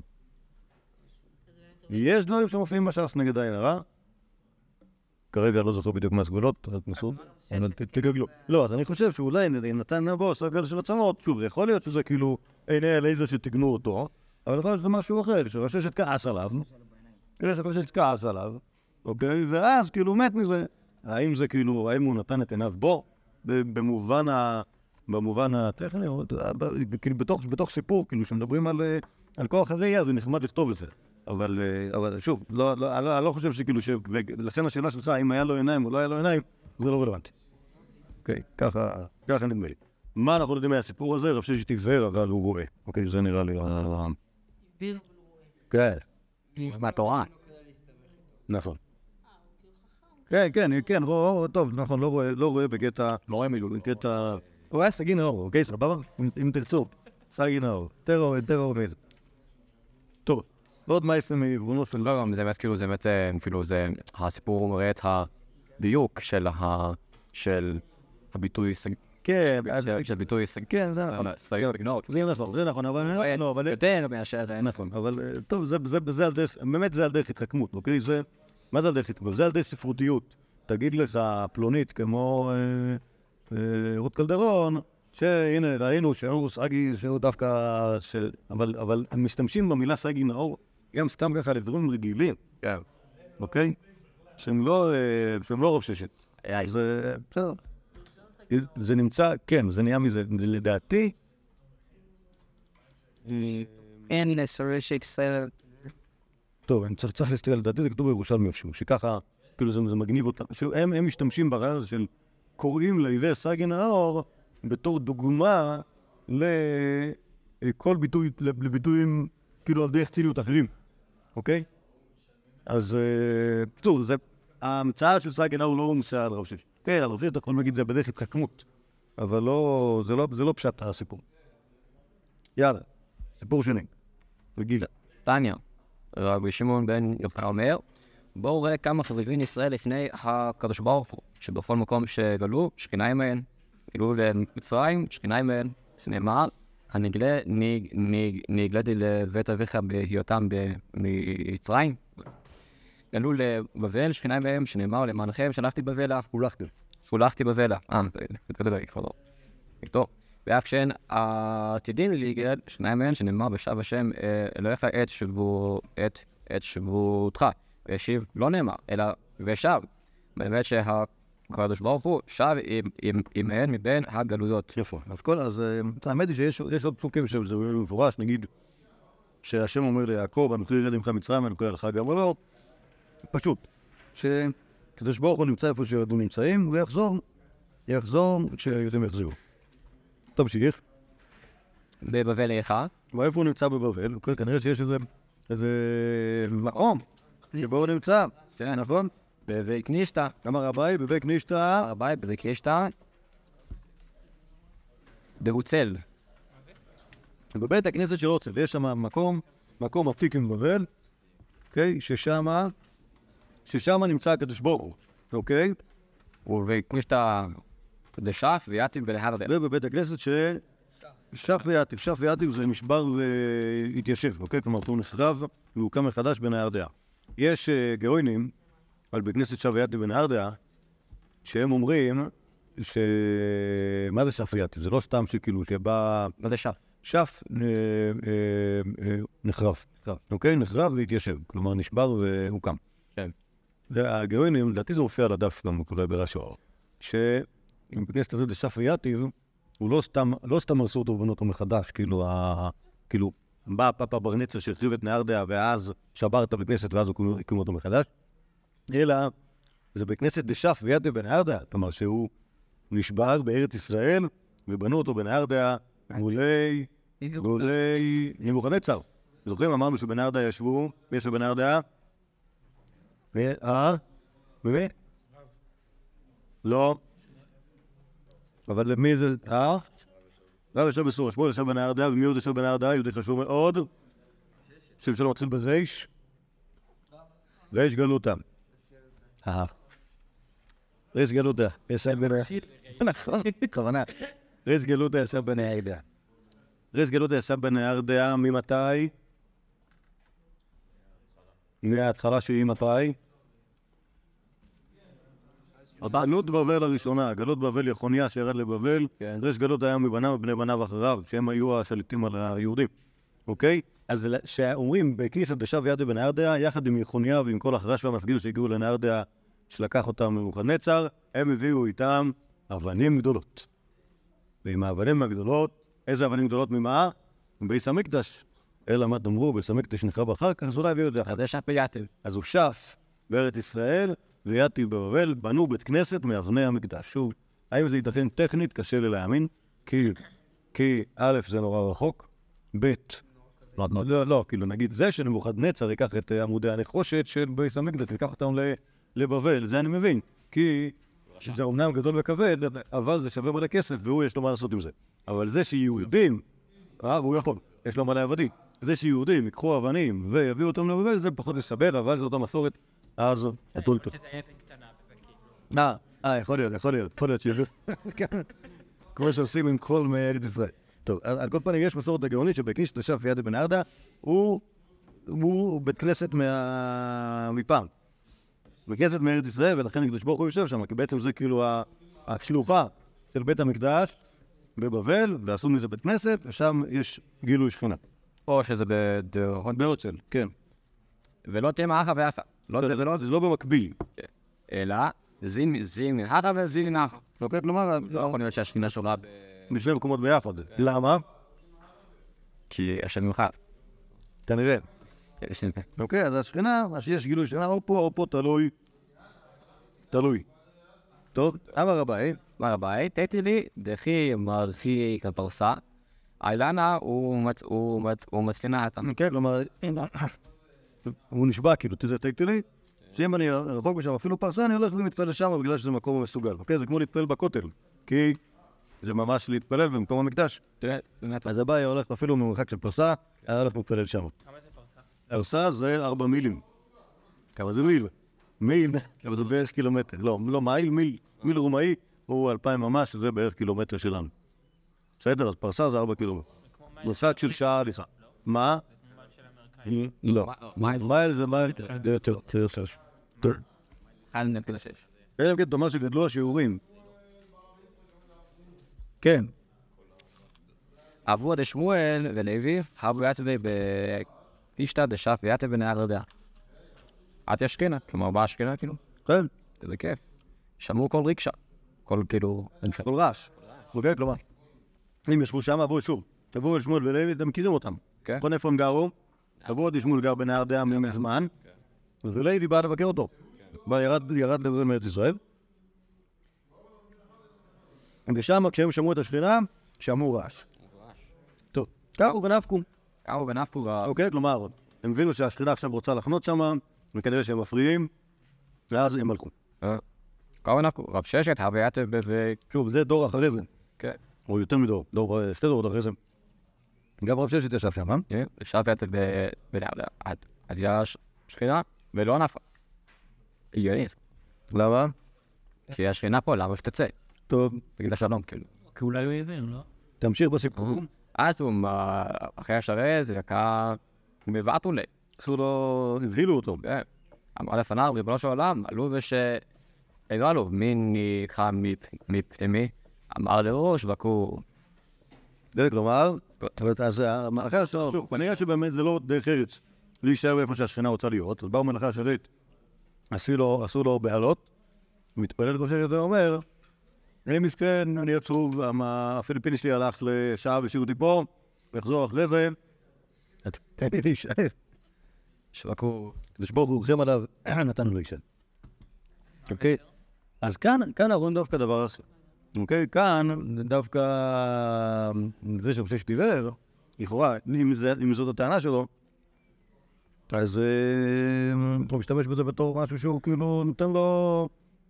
יש דברים שמופיעים בש"ס נגד העין הרע. כרגע לא זוכר בדיוק מה סגולות, אז נסו, אבל תגגלו. לא, אז אני חושב שאולי נתן נבוא סגל של עצמות, שוב, זה יכול להיות שזה כאילו עיני אליעזר שתגנו אותו, אבל יכול להיות שזה משהו אחר, שרששת כעס עליו, שרששת כעס עליו, אוקיי? ואז כאילו מת מזה. האם זה כאילו, האם הוא נתן את עיניו בו, במובן ה... במובן הטכני, או כאילו בתוך סיפור, כאילו שמדברים על כוח הראייה, זה נחמד לכתוב את זה. אבל, אבל שוב, לא, לא, אני, אני לא חושב שכאילו, ש... לכן השאלה שלך, אם היה לו עיניים או לא היה לו עיניים, זה לא רלוונטי. אוקיי, ככה, ככה נדמה לי. מה אנחנו יודעים מהסיפור הזה? רב ששת עיוור, אבל הוא רואה. אוקיי, זה נראה לי... עיוור רואה. כן. מהתורה. נכון. כן, כן, כן, רואה, טוב, נכון, לא רואה, לא רואה בקטע... לא רואה מילואים. בקטע... הוא היה סגי נאור, אוקיי, סבבה? אם תרצו, סגי נאור. טרור, טרור מאיזה. טוב. ועוד מה יעשה מעברונו של... לא, זה באמת כאילו, זה באמת, כאילו, זה... הסיפור מראה את הדיוק של ה... של הביטוי... כן, של ביטוי... כן, זה נכון. זה נכון, זה נכון, אבל... לא, אבל... יותר מאשר... נכון, אבל... טוב, זה על דרך... באמת זה על דרך התחכמות, אוקיי? זה... מה זה על דרך התחכמות? זה על דרך ספרותיות. תגיד לך פלונית כמו רות קלדרון, שהנה, ראינו שהוא סגי, שהוא דווקא... אבל, אבל הם משתמשים במילה סגי נאור גם סתם ככה לדברים רגילים, אוקיי? שהם לא, שהם לא רוב ששת. זה, בסדר. זה נמצא, כן, זה נהיה מזה, לדעתי. אין לסרשק סרט. טוב, אני צריך להסתכל, לדעתי זה כתוב בירושלמי איפשהו, שככה, כאילו זה מגניב אותם. הם משתמשים ברעיון הזה של קוראים לעיוור סגי נאור בתור דוגמה לכל ביטוי, לביטויים, כאילו על דרך ציניות אחרים. אוקיי? אז, טוב, זה... ההמצאה של סגי נאור לא הומצאה על רב ששת. כן, על רב ששת, אתה יכול להגיד, זה בדרך התחכמות. אבל לא... זה לא, זה לא פשט הסיפור. יאללה, סיפור שני. רגיל. טניה, רבי שמעון בן יוחנן אומר, בואו ראה כמה חביבין ישראל לפני הקדוש ברוך הוא, שבכל מקום שגלו, שכינה עמהם, גלו למצרים, שכינה עמהם, זה נאמר, הנגלה, נגלתי לבית אביך בהיותם במצרים. גלו לבבל, שכינה עמהם, שנאמר למענכם, שלחתי בבלה. הולכתי. הולכתי בבלה. אה, התקדד לי, כבר לא. טוב. ואף כשהן עתידין להיגאל, שכינה עמהם, שנאמר בשב השם, אלוהיך את שבו, את, את שבותך. וישיב לא נאמר, אלא ושב. באמת שהקדוש ברוך הוא שב עמהן מבין הגלויות. יפה. אז כל, אז האמת היא שיש עוד פסוקים שזה מפורש, נגיד, שהשם אומר ליעקב, אנוכי ירד ממך מצרים, אנוכי לך גם לא. פשוט, שקדוש ברוך הוא נמצא איפה שירדו נמצאים, הוא יחזור, יחזור כשיודעים יחזרו. טוב, שיח. בבבל איכה? ואיפה הוא נמצא בבבל? כנראה שיש איזה מקום שבו הוא נמצא, נכון? בבית כנישתא. אמר רבי, בבית כנישתא. רבי, בבית כנישתא. בהוצל. בבית הכנסת של הוצל, יש שם מקום, מקום עתיק עם בבל, אוקיי? ששמה, ששמה נמצא הקדוש ברוך הוא, אוקיי? ובבית כנישתא דשף ויתיב בנהרדעא. ובבית הכנסת ש... שף ויתיב, שף ויתיב זה נשבר והתיישב, אוקיי? כלומר, הוא נחרב והוא קם מחדש בנהרדעא. יש גאונים על בית כנסת שף ויתיב בנהרדעא, שהם אומרים ש... מה זה שף ויתיב? זה לא סתם שכאילו שבא... מה זה שף? שף נחרב, אוקיי? נחרב והתיישב, כלומר נשבר והוא קם. כן. והגאונים, לדעתי זה מופיע על הדף גם כולי ברש"י, שבית כנסת הזה לשף ויתיב, הוא לא סתם, לא סתם הרסו אותו ובנו אותו מחדש, כאילו, ה... כאילו, בא פאפה ברנצר שהחריב את נהרדעא ואז שבר את הבית כנסת ואז הוא הקים אותו מחדש, אלא זה בית כנסת דשף ויתיב בנהרדעא, כלומר שהוא נשבר בארץ ישראל ובנו אותו בנהרדעא מולי, מולי נבוכדנצר. זוכרים? אמרנו שבנהרדעא ישבו, מי ישב בנהרדעא? אה? מי? לא. אבל למי זה... אה? רב ישב בסור, שמואל ישב בנהרדעא, ומי עוד ישב בנהרדעא? יהודי חשוב מאוד. שם שלו מתחיל ברייש. רייש גלותם. אה. ריש גלותא, יסב בן... נכון, כוונה. ריש גלותא יסב בן הידע. ריש גלותא יסב בן הידע ממתי? מההתחלה שהיא מתי? גלות בבל הראשונה, גלות בבל יחוניה שירד לבבל, ריש גלותא היה מבניו ובני בניו אחריו, שהם היו השליטים על היהודים. אוקיי? אז שאומרים בכניסת דשב וידע בן הידע, יחד עם יחוניה ועם כל החרש והמסגיר שהגיעו לנהרדע, שלקח אותם מנבוכדנצר, הם הביאו איתם אבנים גדולות. ועם האבנים הגדולות, איזה אבנים גדולות ממה? בית המקדש. אלא מה תאמרו, בית המקדש נחרב אחר כך, אז אולי הביאו את זה. אז זה שף ויתיב. אז הוא שף בארץ ישראל, ויתיב בבבל, בנו בית כנסת מאבני המקדש. שוב, האם זה ייתכן טכנית? קשה לי להאמין, כי, כי א', זה נורא רחוק, ב', לא, לא, לא, כאילו נגיד זה שנבוכדנצר ייקח את עמודי הנחושת של בית המקדש, ייקח אותם לבבל, זה אני מבין, כי זה אומנם גדול וכבד, אבל זה שווה מלא כסף, והוא יש לו מה לעשות עם זה. אבל זה שיהודים, אה, והוא יכול, יש לו מלא עבדים, זה שיהודים ייקחו אבנים ויביאו אותם לבבל, זה פחות לסבר, אבל זו אותה מסורת, אז הטול טוב. אה, אה, יכול להיות, יכול להיות, יכול להיות שיביאו, כמו שעושים עם כל מארץ ישראל. טוב, על כל פנים יש מסורת הגאונית שבכניסת דשב וידע בן הידע הוא הוא בית כנסת מפעם. בית כנסת מארץ ישראל, ולכן הקדוש ברוך הוא יושב שם, כי בעצם זה כאילו השלוחה של בית המקדש בבבל, ועשו מזה בית כנסת, ושם יש גילוי שכינה. או שזה בדרון. בהרצל, כן. ולא תהיה מאחה ואפה. זה לא במקביל. אלא זין מנחה וזין מנחה. אוקיי, כלומר... לא יכול להיות שהשכינה שולה ב... בשני מקומות ביחד. למה? כי השם ממך. כנראה. אוקיי, אז השכינה, אז יש גילוי שכינה, או פה או פה, תלוי. תלוי. טוב, אמר הבית. אמר הבית, תתי לי, דחי מרחי כפרסה, אילנה הוא מצלינה אותם. כן, כלומר, הוא נשבע כאילו, תזה תתי לי, שאם אני רחוק בשם אפילו פרסה, אני הולך ומתפלל שם בגלל שזה מקום מסוגל. אוקיי, זה כמו להתפלל בכותל, כי זה ממש להתפלל במקום המקדש. תראה, באמת. אז הבא הולך אפילו ממרחק של פרסה, היה הולך מתפלל שם. כמה זה פרסה? פרסה זה ארבע מילים. כמה זה מיל? מיל, אבל זה בערך קילומטר. לא, לא מייל, מיל. מיל רומאי הוא אלפיים ממש, שזה בערך קילומטר שלנו. בסדר, אז פרסה זה ארבע קילומטר. מרחק של שעה הליכה. מה? לא. מייל זה מייל יותר. אחד נקודה שש. אלא אם כן, תאמר שגדלו השיעורים. כן. אבו דשמואל ולוי, הבו יתבי באישתא דשף ויתב בנהרדע. את השכינה, כלומר באה השכינה כאילו. כן. זה כיף. שמעו כל ריקשה. כל כאילו... כל רעש. אוקיי, כלומר. אם ישבו שם, אבו שוב. אבו דשמואל ולוי, אתם מכירים אותם. כן. נכון איפה הם גרו? אבו דשמואל גר בנהרדע מזמן. ולוי בא לבקר אותו. בא ירד לבן מארץ ישראל. ושם כשהם שמעו את השכינה, שמעו רעש. טוב, קרו ונפקו. קרו ונפקו. אוקיי, כלומר, הם הבינו שהשכינה עכשיו רוצה לחנות שם, וכנראה שהם מפריעים, ואז הם הלכו. קרו ונפקו. רב ששת, הבא יתב בזה... שוב, זה דור אחרי זה. כן. או יותר מדור, שתי דורות אחרי זה. גם רב ששת ישב שם, אה? כן, ישב יתב בנהרדע. אז יש שכינה, ולא נפקה. הגיונית. למה? כי השכינה פה, למה שתצא? טוב. תגיד השלום, כאילו. כי אולי הוא עיוור, לא? תמשיך בסיפור. אז הוא, אחרי השרת, זה יקע מבט אולי. עשו לו, הבהילו אותו. אמר לפניו, ריבונו של עולם, עלו וש... אינו עלו, מי נקרא מפנימי? אמר לראש, וכו... זה כלומר, אז אחרי השרת, שוב, כנראה שבאמת זה לא דרך ארץ להישאר באיפה שהשכינה רוצה להיות, אז באו מלאכי השרת, עשו לו בעלות, מתפלל כמו שיותר אומר, אני מסכן, אני עצוב, הפיליפיני שלי הלך לשעה והשאיר אותי פה, ויחזור אחרי זה, תן לי להישאר. שבקו... ושבור רוחם עליו, נתנו לו להישאר. אוקיי? אז כאן, כאן אנחנו רואים דווקא דבר אחר. אוקיי? כאן דווקא זה שחושב שתיבר, לכאורה, אם זאת הטענה שלו, אז הוא משתמש בזה בתור משהו שהוא כאילו נותן לו...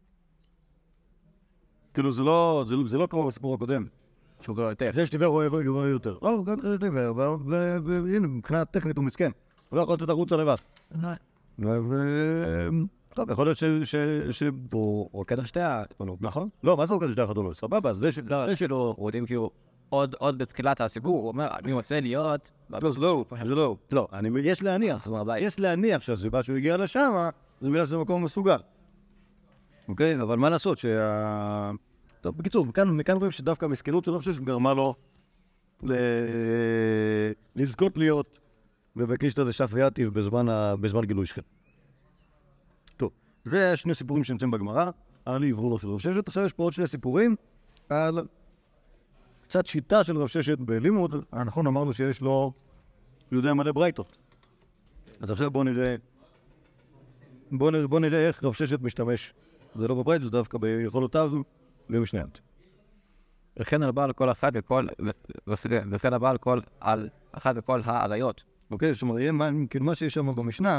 כאילו זה לא, זה לא כמו בסיפור הקודם. שהוא גרוע יותר. זה שתיבר רואה רואה יותר. לא, גם זה שתיבר, והנה, מבחינה טכנית הוא מסכן. הוא לא יכול לתת ערוץ לבד. אז טוב, יכול להיות ש... ש... ש... הוא רוקד על שתי התמונות. נכון? לא, מה זה רוקד שתי החתונות? סבבה, זה ש... זה שלו, הוא יודעים כאילו, עוד עוד בתחילת הסיפור, הוא אומר, אני רוצה להיות... לא, זה לא, זה לא. לא, אני... יש להניח. יש להניח שהסיבה שהוא הגיע לשם, זה בגלל שזה מקום מסוגל. אוקיי? אבל מה לעשות שה... טוב, בקיצור, מכאן, מכאן רואים שדווקא המסכנות של רב גרמה לו ל... לזכות להיות בבקישתא דשף ויתיב בזמן, ה... בזמן גילוי שכם. טוב, זה שני סיפורים שנמצאים בגמרא, על עברו של רב ששת. עכשיו יש פה עוד שני סיפורים על קצת שיטה של רב ששת בלימוד. נכון, אמרנו שיש לו, הוא יודע מלא ברייתות. אז עכשיו בואו נראה, בואו נראה, בוא נראה איך רב ששת משתמש. זה לא בברייתות, זה דווקא ביכולותיו ומשניהם. וכן הבא על כל אחד וכל, וכן הבא על כל, על אחד וכל העריות. אוקיי, זאת אומרת, כאילו מה שיש שם במשנה,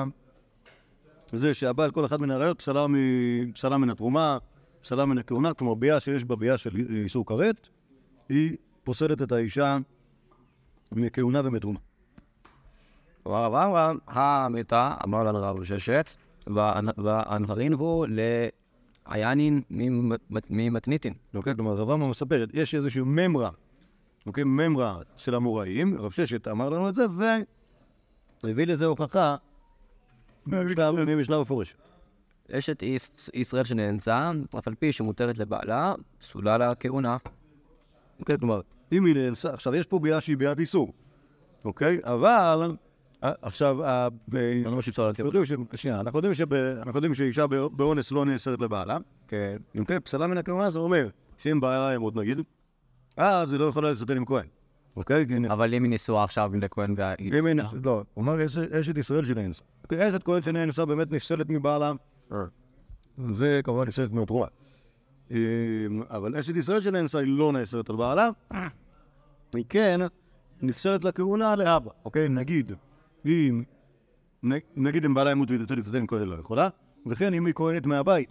זה שהבעל כל אחד מן העריות פסלה, מ... פסלה מן התרומה, פסלה מן הכהונה, כלומר ביאה שיש בה ביאה של איסור כרת, היא פוסלת את האישה מכהונה ומתרומה. אמר אברהם, המיתה, אמר לנו רב ששת, והנהרין הוא לעיינין ממתניתין. אוקיי, כלומר, אברהם מספרת, יש איזשהו ממרה, אוקיי, ממרה של אמוראים, רב ששת אמר לנו את זה, והביא לזה הוכחה, ממשנה מפורשת. אשת ישראל שנאנסה, אף על פי שמותרת לבעלה, פסולה לה כהונה. אוקיי, כלומר, אם היא נאנסה, עכשיו יש פה ביאה שהיא ביאת איסור, אוקיי? אבל, עכשיו, שנייה, אנחנו יודעים שאישה באונס לא נאסרת לבעלה, אוקיי, פסלה מן הכהונה זה אומר שאם בעלה ימות נגיד, אז היא לא יכולה להתחתן עם כהן, אוקיי? אבל אם היא נשואה עכשיו לכהן והיא... לא, הוא אומר אשת ישראל שנאנסה. אשת כהן שנאנסה באמת נפסלת מבעלה, זה כמובן נפסלת מתרומה. אבל אשת ישראל שנאנסה היא לא נאסרת על בעלה, היא כן נפסלת לכהונה לאבא, אוקיי? נגיד, אם נגיד אם בעלה ימות ויתחתן עם כהן לא יכולה, וכן אם היא כהנת מהבית,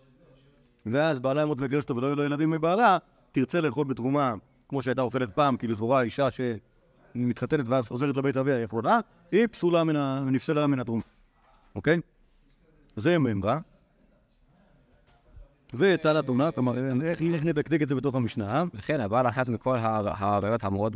ואז בעלה ימות וגרש אותו ולא יהיו לו ילדים מבעלה, תרצה לאכול בתרומה כמו שהייתה אוכלת פעם, כי לכאורה אישה שמתחתנת ואז חוזרת לבית אביה יכולה, היא פסולה מן ה... נפסלה מן התרומה, אוקיי? זה ממרה. ותעלה תאונה, כלומר, איך נדקדק את זה בתוך המשנה? וכן, הבעל אחת מכל העריות האמורות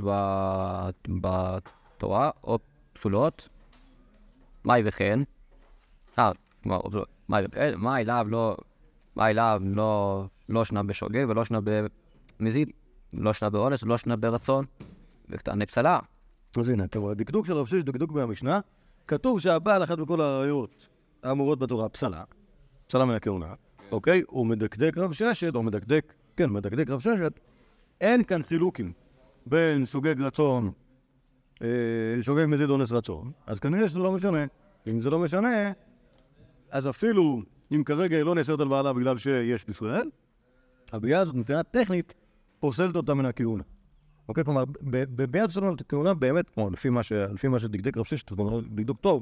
בתורה, או פסולות, מאי וכן, אה, כלומר, מאי וכן, מאי לאו לא, מאי לאו לא, לא שנה בשוגג ולא שנה במזיד, לא שנה באונס, לא שנה ברצון, וקטעני פסלה. אז הנה, תראו, הדקדוק של רב ששת, דקדוק במשנה, כתוב שהבעל אחת מכל העריות האמורות בתורה, פסלה, פסלה מן הכהונה, אוקיי? הוא מדקדק רב ששת, או מדקדק, כן, מדקדק רב ששת, אין כאן חילוקים בין שוגג רצון, אה, שוגג מזיד אונס רצון, אז כנראה שזה לא משנה. אם זה לא משנה, אז אפילו אם כרגע היא לא נאסרת על בעלה בגלל שיש בישראל, הביאה הזאת מבחינה טכנית פוסלת אותה מן הכהונה. אוקיי? כלומר, בביאה פסלת הכהונה באמת, כמו לפי מה, ש, לפי מה שדקדק רב ששת, כלומר, דקדוק טוב,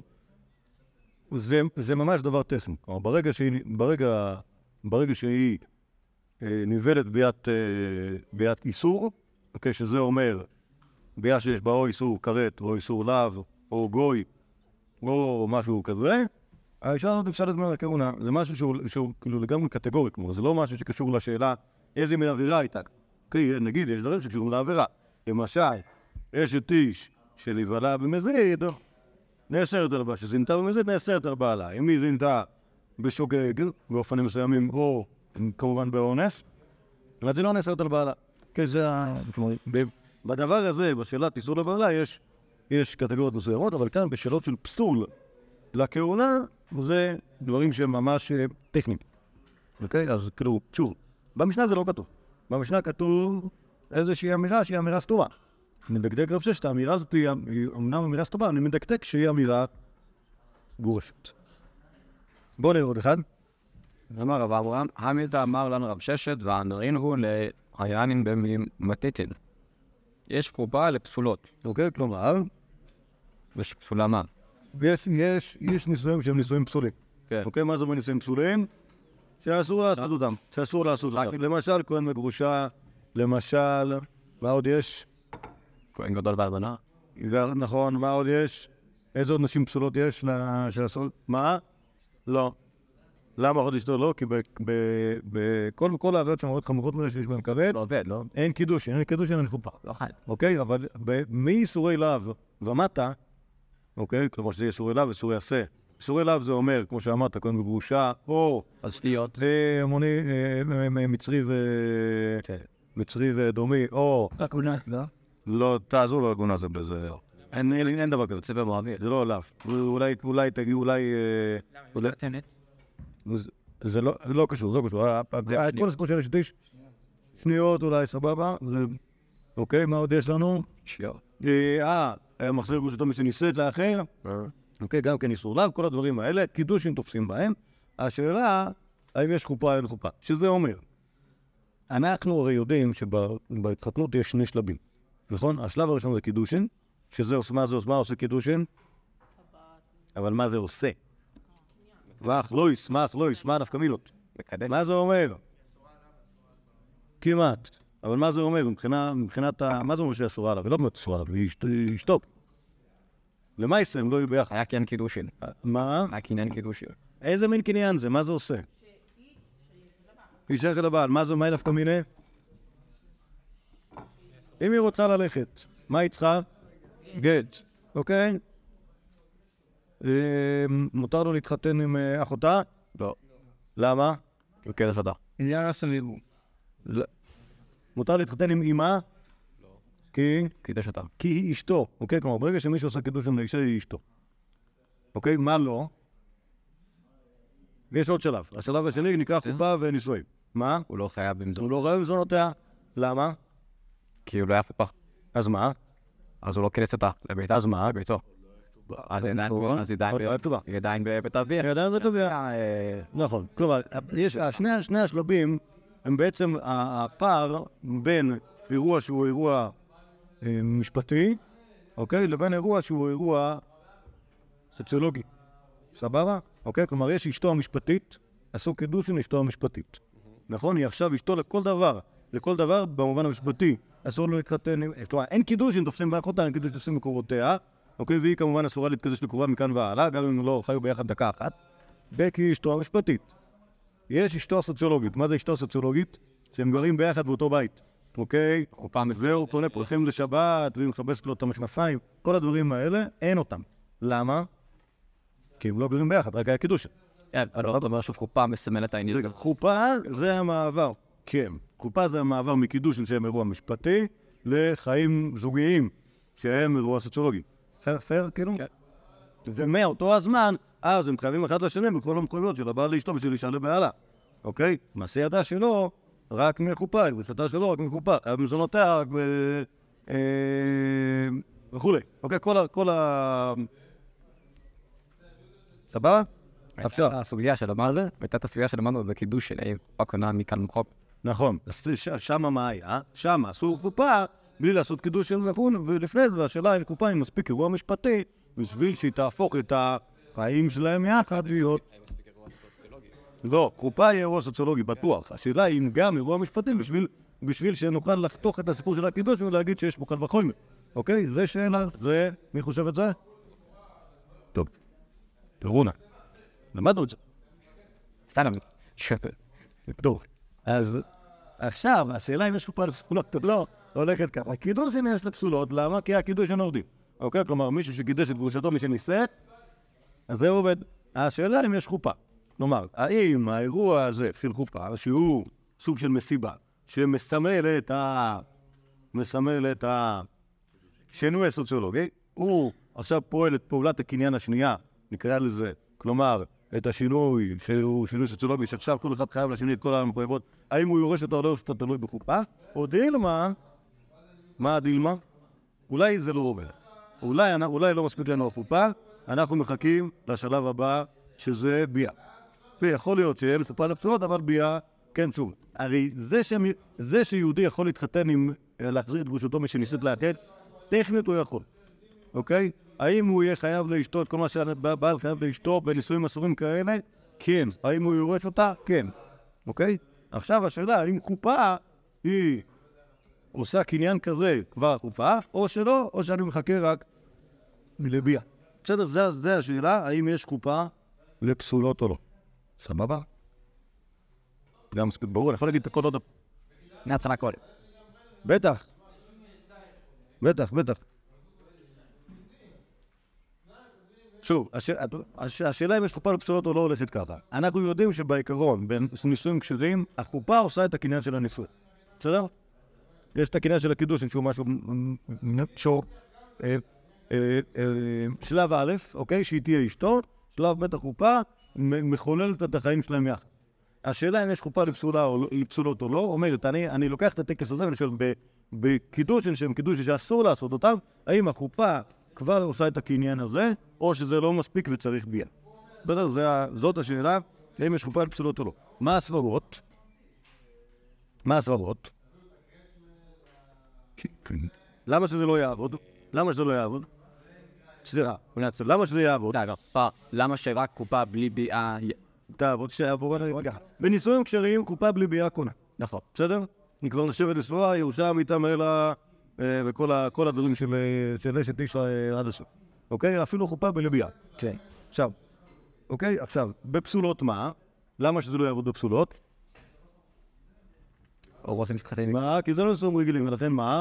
זה, זה ממש דבר טכני. כלומר, ברגע שהיא, ברגע, ברגע שהיא אה, ניבלת ביאת, אה, ביאת איסור, אוקיי? שזה אומר ביאה שיש בה או איסור כרת, או איסור לאו, או גוי, או משהו כזה, האישה הזאת נפסלת מן הכהונה. זה משהו שהוא, שהוא כאילו לגמרי קטגורי, כלומר, זה לא משהו שקשור לשאלה איזה מין עבירה הייתה. אוקיי, נגיד, יש דברים שקשורים לעבירה. למשל, אשת איש שנבלה במזיד, נאסרת על בעלה, שזינתה במזיד, נאסרת על בעלה. אם היא זינתה בשוגג, באופנים מסוימים, או כמובן באונס, אז היא לא נאסרת על בעלה. כן, זה ה... בדבר הזה, בשאלת איסור לבעלה, יש, יש קטגוריות מסוימות, אבל כאן בשאלות של פסול לכהונה, זה דברים שהם ממש טכניים. אוקיי? אז כאילו, שוב, במשנה זה לא כתוב. במשנה כתוב איזושהי אמירה שהיא אמירה סתומה. מדקדק רב ששת, האמירה הזאת היא אמנם אמירה סתומה, אני מדקדק שהיא אמירה גורפת. בואו נראה עוד אחד. אמר רב אברהם, המילתא אמר לנו רב ששת, והנרין הוא לעיינין במתניתין. יש חובה לפסולות. אוקיי, כלומר, יש פסולה מה? יש, יש, יש נישואים שהם נישואים פסולים. כן. אוקיי, מה זה אומר נישואים פסולים? שאסור לעשות אותם, שאסור לעשות אותם. למשל, כהן מגרושה, למשל, מה עוד יש? כהן גדול באלמנה. נכון, מה עוד יש? איזה עוד נשים פסולות יש שאסור? מה? לא. למה יכול לשתות לא? כי בכל העביות שמאוד חמורות מזה שיש בהן כרת, לא עובד, לא? אין קידושין, אין קידושין, אין חופה. לא חי. אוקיי? אבל מאיסורי לאו ומטה, אוקיי? כלומר שזה איסורי לאו ואיסורי עשה. איסורי לאו זה אומר, כמו שאמרת, קודם בגרושה, או... אז שטויות. המוני, מצרי ו... מצרי ודומי, או... עגונה, לא? לא, תעזור לו עגונה זה בזה. אין, אין, אין דבר כזה. זה במואביר. זה לא לאו. אולי, אולי תגיעו, אולי... למה? מתחתנת? זה לא, לא קשור, זה לא קשור. כל הסיפור של השטיש, שניות אולי, סבבה. אוקיי, מה עוד יש לנו? שטויות. אה, מחזיר גרושתו משנישאת לאחר. אוקיי, גם כן איסור לאו, כל הדברים האלה, קידושים תופסים בהם. השאלה, האם יש חופה או אין חופה? שזה אומר, אנחנו הרי יודעים שבהתחתנות יש שני שלבים, נכון? השלב הראשון זה קידושין, שזה עושה, מה זה עושה? מה עושה קידושין? אבל מה זה עושה? ואך לא ישמח, לא ישמח נפקא מינות. מה זה אומר? כמעט. אבל מה זה אומר? מבחינת ה... מה זה אומר שאסורה עליו? ולא באמת אסורה עליו, היא ישתוק. למה יסם? לא יהיו ביחד. היה קניין קידושין. מה? היה קניין קידושין. איזה מין קניין זה? מה זה עושה? היא שייכת לבעל. מה זה? מה היא נפקא מינה? אם היא רוצה ללכת, מה היא צריכה? גט. אוקיי? מותר לו להתחתן עם אחותה? לא. למה? הוא כן הסדה. זה לא סביבו. מותר להתחתן עם אמא? לא. כי? קידש אותה. כי היא אשתו. אוקיי? כלומר, ברגע שמישהו עושה קידוש עם לאישה, היא אשתו. אוקיי? מה לא? ויש עוד שלב. השלב השני נקרא חופה ונישואים. מה? הוא לא חייב במזון. הוא לא חייב במזונותיה. למה? כי הוא לא היה חופה. אז מה? אז הוא לא כנס אותה לביתה. אז מה? לביתו. אז היא עדיין בבית אביה. היא עדיין בבית אביה. נכון. כלומר, שני השלבים הם בעצם הפער בין אירוע שהוא אירוע משפטי, אוקיי? לבין אירוע שהוא אירוע סוציולוגי. סבבה? אוקיי? כלומר, יש אשתו המשפטית, עשו קידוש עם אשתו המשפטית. נכון? היא עכשיו אשתו לכל דבר. לכל דבר, במובן המשפטי, אסור לו להתחתן. כלומר, אין קידוש אם תופסים באחותה, אין קידוש תופסים בקורותיה. אוקיי? והיא כמובן אסורה להתקדש לקרובה מכאן והלאה, גם אם לא חיו ביחד דקה אחת. וכי היא אשתו המשפטית. יש אשתו הסוציולוגית. מה זה אשתו הסוציולוגית? שהם גרים ביחד באותו בית. אוקיי? והוא קונה פרחים לשבת, והיא מחבשת לו את המכנסיים. כל הדברים האלה, אין אותם. למה? כי הם לא גרים ביחד, רק היה קידוש. כן, אבל אתה אומר שוב חופה מסמלת העניין. רגע, חופה זה המעבר. כן. חופה זה המעבר מקידוש שהם אירוע משפטי לחיים זוגיים שהם אירוע סוציולוגי. פייר, פייר, כאילו? כן. ומאותו הזמן, אז הם חייבים אחד לשני בכל המחויבות של הבעל לאשתו בשביל אישה לבעלה. אוקיי? מעשה ידה שלו רק מחופה, ושתה שלו רק מחופה, חייב מזונותיה רק ב... וכולי. אוקיי? כל ה... סבבה? אפשר. הייתה הסוגיה שלמדנו, הייתה הסוגיה שלמדנו בקידוש של חופה קונה מכאן מחופ. נכון. שמה מה היה? שמה עשו חופה בלי לעשות קידוש של נכון, ולפני זה, והשאלה אם חופה היא מספיק אירוע משפטי, בשביל שהיא תהפוך את החיים שלהם יחד להיות... לא, חופה היא אירוע סוציולוגי, בטוח. השאלה היא אם גם אירוע משפטי, בשביל שנוכל לחתוך את הסיפור של הקידוש ולהגיד שיש פה קל וחומר. אוקיי? זה שאלה, זה... מי חושב את זה? טוב. תראונה. למדנו את זה. סתם. טוב. אז עכשיו, השאלה אם יש חופה לפסולות או לא, הולכת ככה. הקידוש הנה יש לפסולות, למה? כי הקידוש אין עובדים. אוקיי? כלומר, מישהו שקידש את גרושתו מי שנישאת, אז זה עובד. השאלה אם יש חופה. כלומר, האם האירוע הזה של חופה, שהוא סוג של מסיבה, שמסמל את ה... מסמל את השינוי הסוציולוגי, הוא עכשיו פועל את פעולת הקניין השנייה, נקרא לזה, כלומר, את השינוי, שהוא שינוי סוציולוגי, שעכשיו כל אחד חייב לשני את כל המחויבות, האם הוא יורש אותו או לא יורש אותו תלוי בחופה, או דילמה, מה הדילמה? אולי זה לא עובד. אולי, אולי לא מספיק לנו החופה, אנחנו מחכים לשלב הבא, שזה ביאה. ויכול להיות שיהיה לספר לפסולות, אבל ביאה, כן, שוב. הרי זה, ש... זה שיהודי יכול להתחתן עם להחזיר את גרושתו משנישאת לאחד, טכנית הוא יכול, אוקיי? האם הוא יהיה חייב לאשתו את כל מה שהבעל חייב לאשתו בנישואים אסורים כאלה? כן. האם הוא יורש אותה? כן. אוקיי? עכשיו השאלה, האם חופה היא עושה קניין כזה כבר חופה, או שלא, או שאני מחכה רק לביאה. בסדר, זה, זה השאלה, האם יש חופה לפסולות או לא. סבבה? גם מספיק ברור, אני יכול להגיד את הכל עוד פעם. מההתחלה קודם. בטח. בטח, בטח. שוב, הש... הש... השאלה אם יש חופה לפסולות או לא הולכת ככה. אנחנו יודעים שבעיקרון, בנישואים כשרים, החופה עושה את הקניין של הנישואין. בסדר? יש את הקניין של הקידושין שהוא משהו... שהוא... אה, אה, אה, שלב א', אוקיי? שהיא תהיה אשתו, שלב ב' החופה מחוללת את החיים שלהם יחד. השאלה אם יש חופה לפסולה או לא, לפסולות או לא, אומרת, אני, אני לוקח את הטקס הזה ואני שואל, בקידושין שהם קידושין שאסור לעשות אותם, האם החופה כבר עושה את הקניין הזה, או שזה לא מספיק וצריך בייה. בסדר, זאת השאלה, האם יש חופה לפסולות או לא. מה הסברות? מה הסברות? למה שזה לא יעבוד? למה שזה לא יעבוד? סליחה, למה שזה יעבוד? למה שרק קופה בלי ביאה... תעבוד שיעבור ככה. בנישואים כשרים קופה בלי ביאה קונה. נכון. בסדר? היא כבר נחשבת לסבורה, ירושה מיתה מרלה וכל הדברים של אשת איש עד הסוף. אוקיי? אפילו חופה בלי ביאה. כן. עכשיו, אוקיי? עכשיו, בפסולות מה? למה שזה לא יעבוד בפסולות? או רוצים להתחתן. מה? כי זה לא נישואים רגילים, ולכן מה?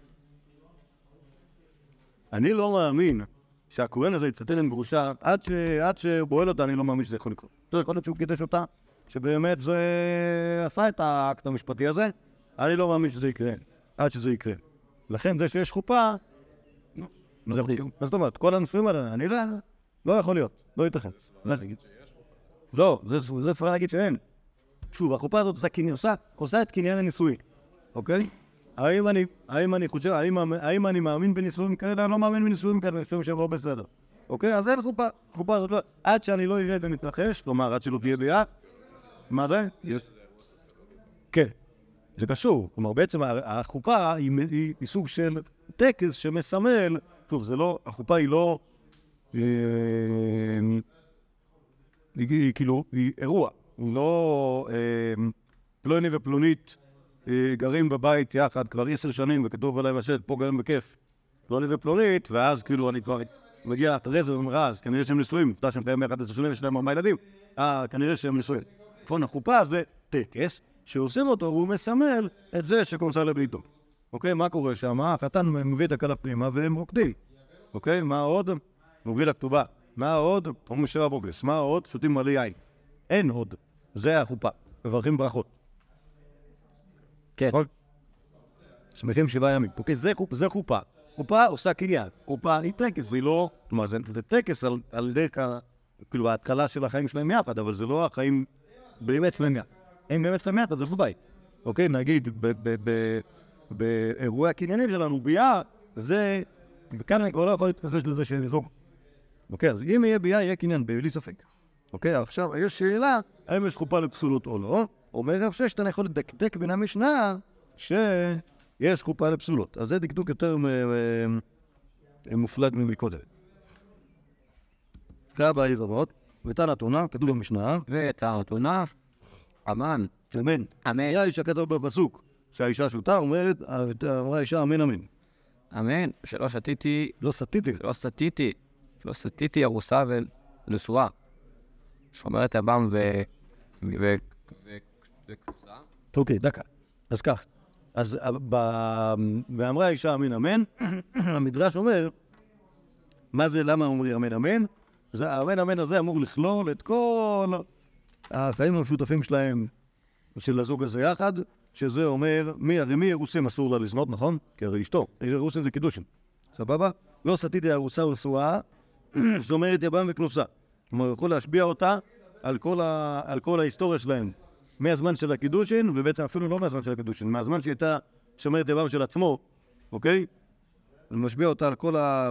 אני לא מאמין שהכהן הזה יתחתן עם גרושה, עד, ש... עד שהוא בועל אותה, אני לא מאמין שזה יכול לקרות. זה יכול להיות שהוא קידש אותה, שבאמת זה עשה את האקט המשפטי הזה, אני לא מאמין שזה יקרה, עד שזה יקרה. לכן זה שיש חופה, מה זאת אומרת, כל הנישואים האלה, אני לא, לא יכול להיות, לא ייתכן. לא, זה צריך להגיד שאין. שוב, החופה הזאת עושה, עושה, עושה את קניין הנישואי, אוקיי? האם אני, האם אני חושב, האם, האם אני מאמין בנישואים כאלה? אני לא מאמין בנישואים כאלה, אני חושב שהם לא בסדר. אוקיי? אז אין חופה. חופה הזאת לא... עד שאני לא אראה את זה מתרחש, כלומר, עד שלא תהיה ביאה. מה זה? כן. זה קשור. כלומר, בעצם החופה היא, היא, היא סוג של טקס שמסמל... שוב, זה לא... החופה היא לא... היא, היא, היא כאילו... היא אירוע. היא לא... פלוני ופלונית גרים בבית יחד כבר עשר שנים וכתוב עליהם השד, פה גרים בכיף. פלוני ופלונית, ואז כאילו אני כבר מגיע אחרי זה ואומר, אז כנראה שהם נשואים, עובדה שהם קיים אחד עשר שנים ויש להם ארבעה ילדים, אה, כנראה שהם נשואים. נכון, החופה זה טקס שעושים אותו והוא מסמל את זה שכונסה לביתו. אוקיי, מה קורה שם? החתן מביא את הכלה פנימה והם רוקדים. אוקיי, מה עוד? מביא לכתובה. מה עוד? אומרים שבע בוקס. מה עוד? שותים מלא יין. אין עוד. זה החופה. מברכים ברכות. כן. שמחים שבעה ימים. אוקיי, זה, חופ, זה חופה. חופה עושה קניין. חופה היא טקס, זה לא... כלומר, זה, זה טקס על, על דרך ה... כאילו, ההתחלה של החיים שלהם יחד, אבל זה לא החיים באמת שלהם יחד. הם באמת שלהם יחד, זה בבית. אוקיי, נגיד, באירועי הקניינים שלנו, ביאה, זה... וכאן אני כבר לא יכול להתכחש לזה שהם יזור. אוקיי, אז אם יהיה ביאה, יהיה קניין, בלי ספק. אוקיי, עכשיו, יש שאלה, האם יש חופה לפסולות או לא? אומר רב ששת, אני יכול לדקדק בין המשנה שיש חופה לפסולות. אז זה דקדוק יותר מופלג ממקודם. קרא בעיר רבות, ותן אתונה, כתוב במשנה. ותן אתונה, אמן. אמן. אמן. היה אישה כתוב בפסוק, שהאישה שותה, אומרת, אמרה האישה אמן אמן. אמן, שלא שתיתי... לא סתיתי. לא סתיתי. לא סתיתי ארוסה ונשואה. שאומרת הבם ו... ו... וכוסה. אוקיי, דקה. אז כך. אז ואמרה האישה אמן אמן, המדרש אומר, מה זה, למה אומרים אמן אמן? האמן אמן הזה אמור לכלול את כל החיים המשותפים שלהם, של הזוג הזה יחד, שזה אומר, מי, הרי מי ארוסים אסור לה לזנות, נכון? כי הרי אשתו, ארוסים זה קידושין. סבבה? לא סתיתי ארוסה ונשואה, שאומרת יבם וכנוסה. כלומר, יכול להשביע אותה על כל, ה... על כל ההיסטוריה שלהם. מהזמן של הקידושין, ובעצם אפילו לא מהזמן של הקידושין, מהזמן שהייתה שומרת יבם של עצמו, אוקיי? ומשביע אותה על כל ה...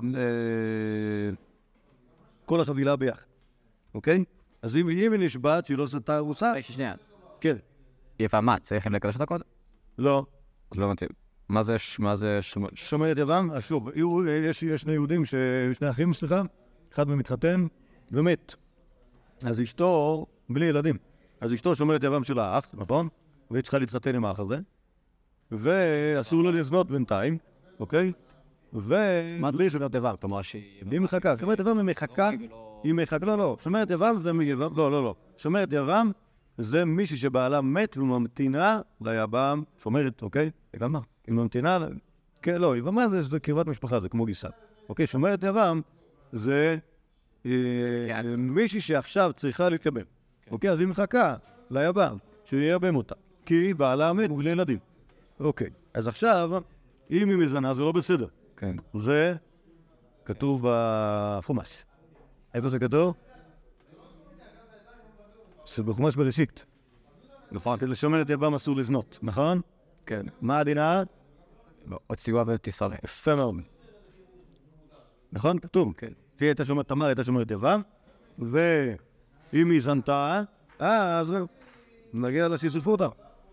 כל החבילה ביחד, אוקיי? אז אם היא נשבעת שהיא לא סתה ארוסה... שנייה. כן. יפה, מה? צריך לקדש אותה קודם? לא. לא מתאים. מה זה... מה זה... שומרת יבם? אז שוב, יש שני יהודים, שני אחים, סליחה, אחד מהם מתחתן ומת. אז אשתו, בלי ילדים. אז אשתו שומרת יבם של האח, נכון? והיא צריכה להתחתן עם האח הזה. ואסור לו לזנות בינתיים, אוקיי? ו... מה זה שומרת יבם? כלומר שהיא... היא מחכה. שומרת יבם היא מחכה... היא מחכה... לא, לא. שומרת יבם זה... לא, לא, לא. שומרת יבם זה מישהי שבעלה מת וממתינה ליבם, שומרת, אוקיי? יבמה. היא ממתינה, כן, לא, יבמה זה, זה קרבת משפחה, זה כמו גיסה. אוקיי, שומרת יבם זה אה, מישהי שעכשיו צריכה להתקבל. אוקיי, אז היא מחכה ליבם, שיייבם אותה. כי בעלה מת ובלי ילדים. אוקיי, אז עכשיו, אם היא מזנה זה לא בסדר. כן. זה כתוב בחומש. איפה זה כתוב? זה בחומש בראשית. נכון. כדי לשומרת יבם אסור לזנות, נכון? כן. מה הדינה? הוציאוה ותשרף. יפה מאוד. נכון? כתוב. כן. היא הייתה שומרת, תמר הייתה שומרת יבם, ואם היא זנתה, אז נגיע לה שישרפו אותה.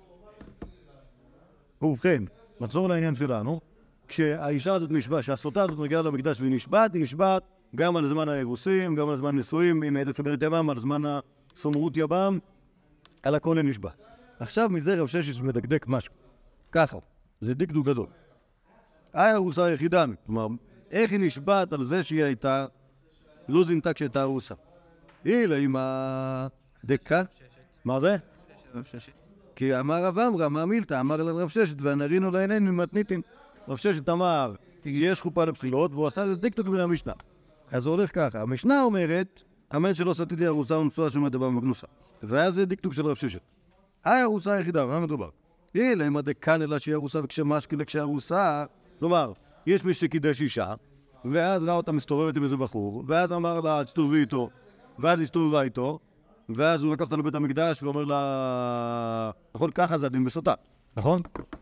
ובכן, נחזור לעניין שלנו. כשהאישה הזאת נשבעת, שהסוטה הזאת מגיעה למקדש והיא נשבעת, היא נשבעת גם על זמן האירוסים, גם על זמן נישואים, אם הייתה שומרת יבם, על זמן הסומרות יבם, על הכל היא נשבעת. עכשיו מזה רב ששת מדקדק משהו. ככה, זה דקדוק גדול. האירוסה היחידה, כלומר, איך היא נשבעת על זה שהיא הייתה, לא זינתה כשהייתה ארוסה. היא לא עם הדקה, מה זה? כי אמר רב אמרה, מה מילתא, אמר לרב ששת, והנרינו לעינינו מתניתין. רב ששת אמר, יש חופה לפסילות, והוא עשה את זה דקדוק מן המשנה. אז זה הולך ככה, המשנה אומרת, אמן שלא סתיתי ארוסה ונשואה שומרת יבם וגנוסה. ואז זה דקדוק של רב ששת. הארוסה היחידה, מה מדובר? אלא אם הדקן אלא שהיא ארוסה וכשמשקי לכשארוסה, כלומר, יש מי שקידש אישה, ואז ראה אותה מסתובבת עם איזה בחור, ואז אמר לה, תסתובבי איתו, ואז היא הסתובבה איתו, ואז הוא לקח אותה לבית המקדש ואומר לה, נכון, ככה זה הדין בסוטה, נכון?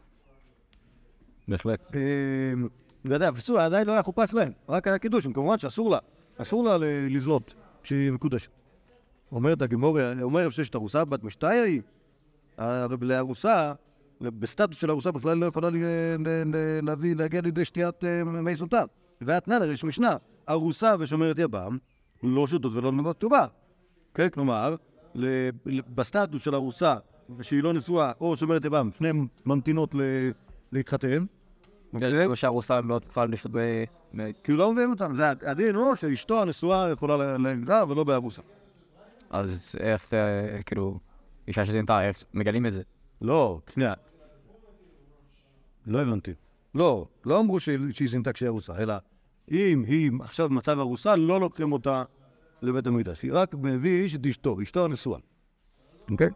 בהחלט. ויודע, וסור, עדיין לא היה חופה שלהם, רק היה קידושים, כמובן שאסור לה, אסור לה לזלות כשהיא מקודשת. אומרת הגמור, אומר רב ששת ארוסה, בת משתיה היא, אבל לארוסה, בסטטוס של ארוסה בכלל לא יכולה להביא, להגיע לידי שתיית מי סוטה. והתנא יש משנה, ארוסה ושומרת יבם, לא שותות ולא לומדות כתובה. כן, כלומר, בסטטוס של ארוסה, שהיא לא נשואה או שומרת יבם, שניהם ממתינות להתחתן. כמו שהרוסה לא תוכל לשתות ב... כי הוא לא מביאים אותם, זה הדין לא שאשתו הנשואה יכולה להגלה ולא בארוסה. אז איך, כאילו, אישה שזינתה, איך מגלים את זה? לא, שנייה. לא הבנתי. לא, לא אמרו שהיא זינתה כשהיא ארוסה, אלא אם היא עכשיו במצב ארוסה, לא לוקחים אותה לבית המקדש. היא רק מביא איש את אשתו, אשתו הנשואה. אוקיי?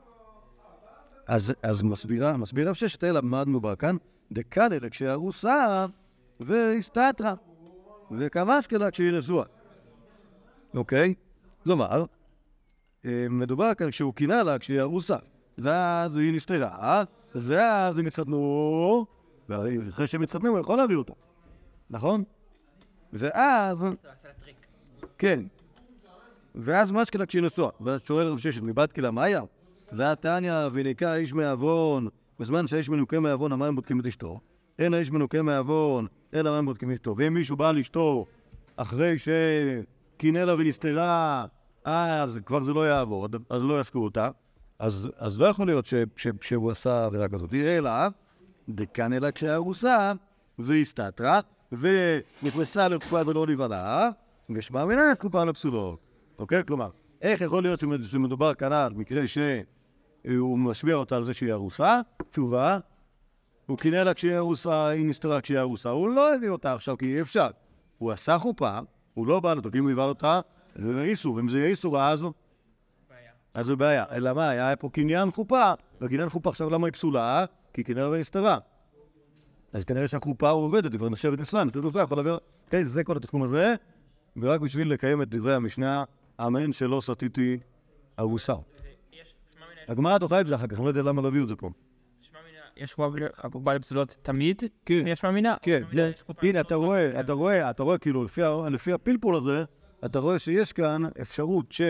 אז, אז מסבירה, מסבירה רב ששת, אלא מה מדובר כאן? דקן אלא כשהיא ארוסה והסתתרה. וכמשקלה כשהיא נשואה. אוקיי? כלומר, מדובר כאן כשהוא קינה לה כשהיא ארוסה. ואז היא נסתרה, ואז הם התחתנו, ואחרי שהם התחתנו הוא יכול להביא אותה. נכון? ואז... כן. ואז משקלה כשהיא נשואה. ואז שואל רב ששת, מבת קלה מה היה? והתניא וניקה איש מעוון, בזמן שהאיש מנוקה מעוון, אמר הם בודקים את אשתו. אין האיש מנוקה מעוון, אין אמר הם בודקים את אשתו. ואם מישהו בא לאשתו אחרי שקינה לה ונסתרה, אז כבר זה לא יעבוד, אז לא יעסקו אותה. אז, אז לא יכול להיות ש, ש, שהוא עשה עבירה כזאת, אלא דקן אלא כשהארוסה והסתתרה ונכנסה לחופה ולא נבהלה ושמע מנה חופה לפסולות. אוקיי? כלומר, איך יכול להיות שמדובר כאן על מקרה שהוא משביע אותה על זה שהיא ארוסה? תשובה, הוא קינה לה כשהיא ארוסה, היא נסתרה כשהיא ארוסה, הוא לא הביא אותה עכשיו כי אי אפשר. הוא עשה חופה, הוא לא בא לתוקים, הוא הביא אותה, זה איסור, אם זה איסור אז... אז זה בעיה. אלא מה? היה פה קניין חופה, וקניין חופה עכשיו למה היא פסולה? כי קניין ונסתרה. אז כנראה שהחופה עובדת, כבר נחשבת נסלן, אפילו לא יכול להעביר... כן, זה כל התחום הזה, ורק בשביל לקיים את דברי המשנה, אמן שלא סתיתי ארוסה. הגמרא תוכל את זה אחר כך, אני לא יודע למה לא הביאו את זה פה. יש חופה לפסולות תמיד? כן. יש מאמינה? כן, הנה, אתה רואה, אתה רואה, אתה רואה, כאילו, לפי הפלפול הזה, אתה רואה שיש כאן אפשרות ש...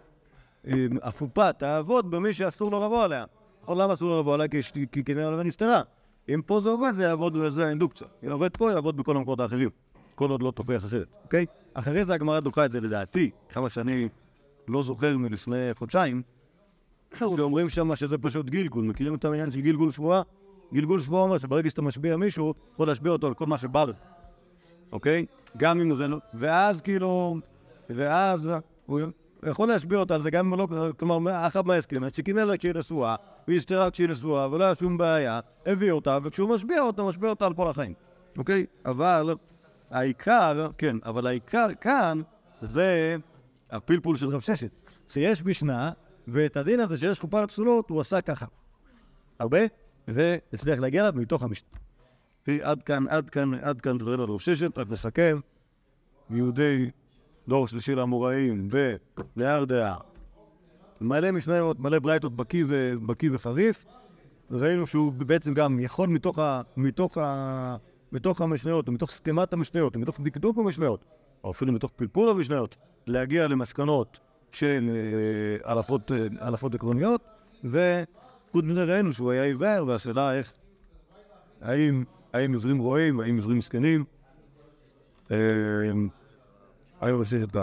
החופה תעבוד במי שאסור לו לבוא עליה. למה אסור לו לבוא עליה? כי כנראה לא נסתרה. אם פה זה עובד, זה יעבוד בזה האינדוקציה. אם עובד פה, יעבוד בכל המקומות האחרים. כל עוד לא תוכיח אחרת, אוקיי? אחרי זה הגמרא דוחה את זה לדעתי, כמה שאני לא זוכר מלפני חודשיים, שאומרים שם שזה פשוט גלגול. מכירים את העניין של גלגול שבועה? גלגול שבועה אומר שברגע שאתה משביע מישהו, יכול להשביע אותו על כל מה שבא לך. אוקיי? גם אם זה לא... ואז כאילו... ואז... הוא יכול להשביע אותה על זה גם אם לא, כלומר, אחת מההסכם, שקיבל לה כשהיא נשואה, והסתירה כשהיא נשואה, ולא היה שום בעיה, הביא אותה, וכשהוא משביע אותה, משביע אותה על כל החיים. אוקיי? אבל העיקר, כן, אבל העיקר כאן זה הפלפול של רב ששת. שיש משנה, ואת הדין הזה שיש חופה לפסולות, הוא עשה ככה. הרבה, והצליח להגיע לה מתוך המשנה. עד כאן, עד כאן, עד כאן דברים על רב ששת, רק נסכם. יהודי דור שלישי לאמוראים בנהר דעה. מלא משניות, מלא ברייתות בקיא ו... בקיא וחריף. ראינו שהוא בעצם גם יכול מתוך, ה... מתוך, ה... מתוך המשניות, ומתוך סתימת המשניות, ומתוך דקדוק המשניות, או אפילו מתוך פלפול המשניות, להגיע למסקנות של אה, אלפות, אה, אלפות עקרוניות, וחוץ מזה ראינו שהוא היה עיוור, והשאלה איך, האם, האם עזרים רואים, האם עזרים מסכנים, אה, האם עושים את זה.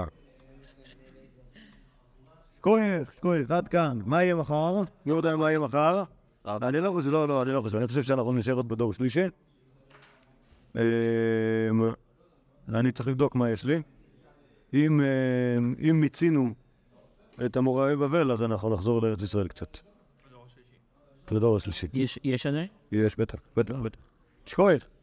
כוח, כוח, עד כאן. מה יהיה מחר? מי יודע מה יהיה מחר? אני לא חושב, לא, לא, אני לא חושב. אני חושב שאנחנו נשאר עוד בדור שלישי. אני צריך לבדוק מה יש לי. אם מיצינו את אמוראי בבל, אז אנחנו נחזור לארץ ישראל קצת. בדור השלישי. יש עדיין? יש, בטח, בטח, בטח. שכוח.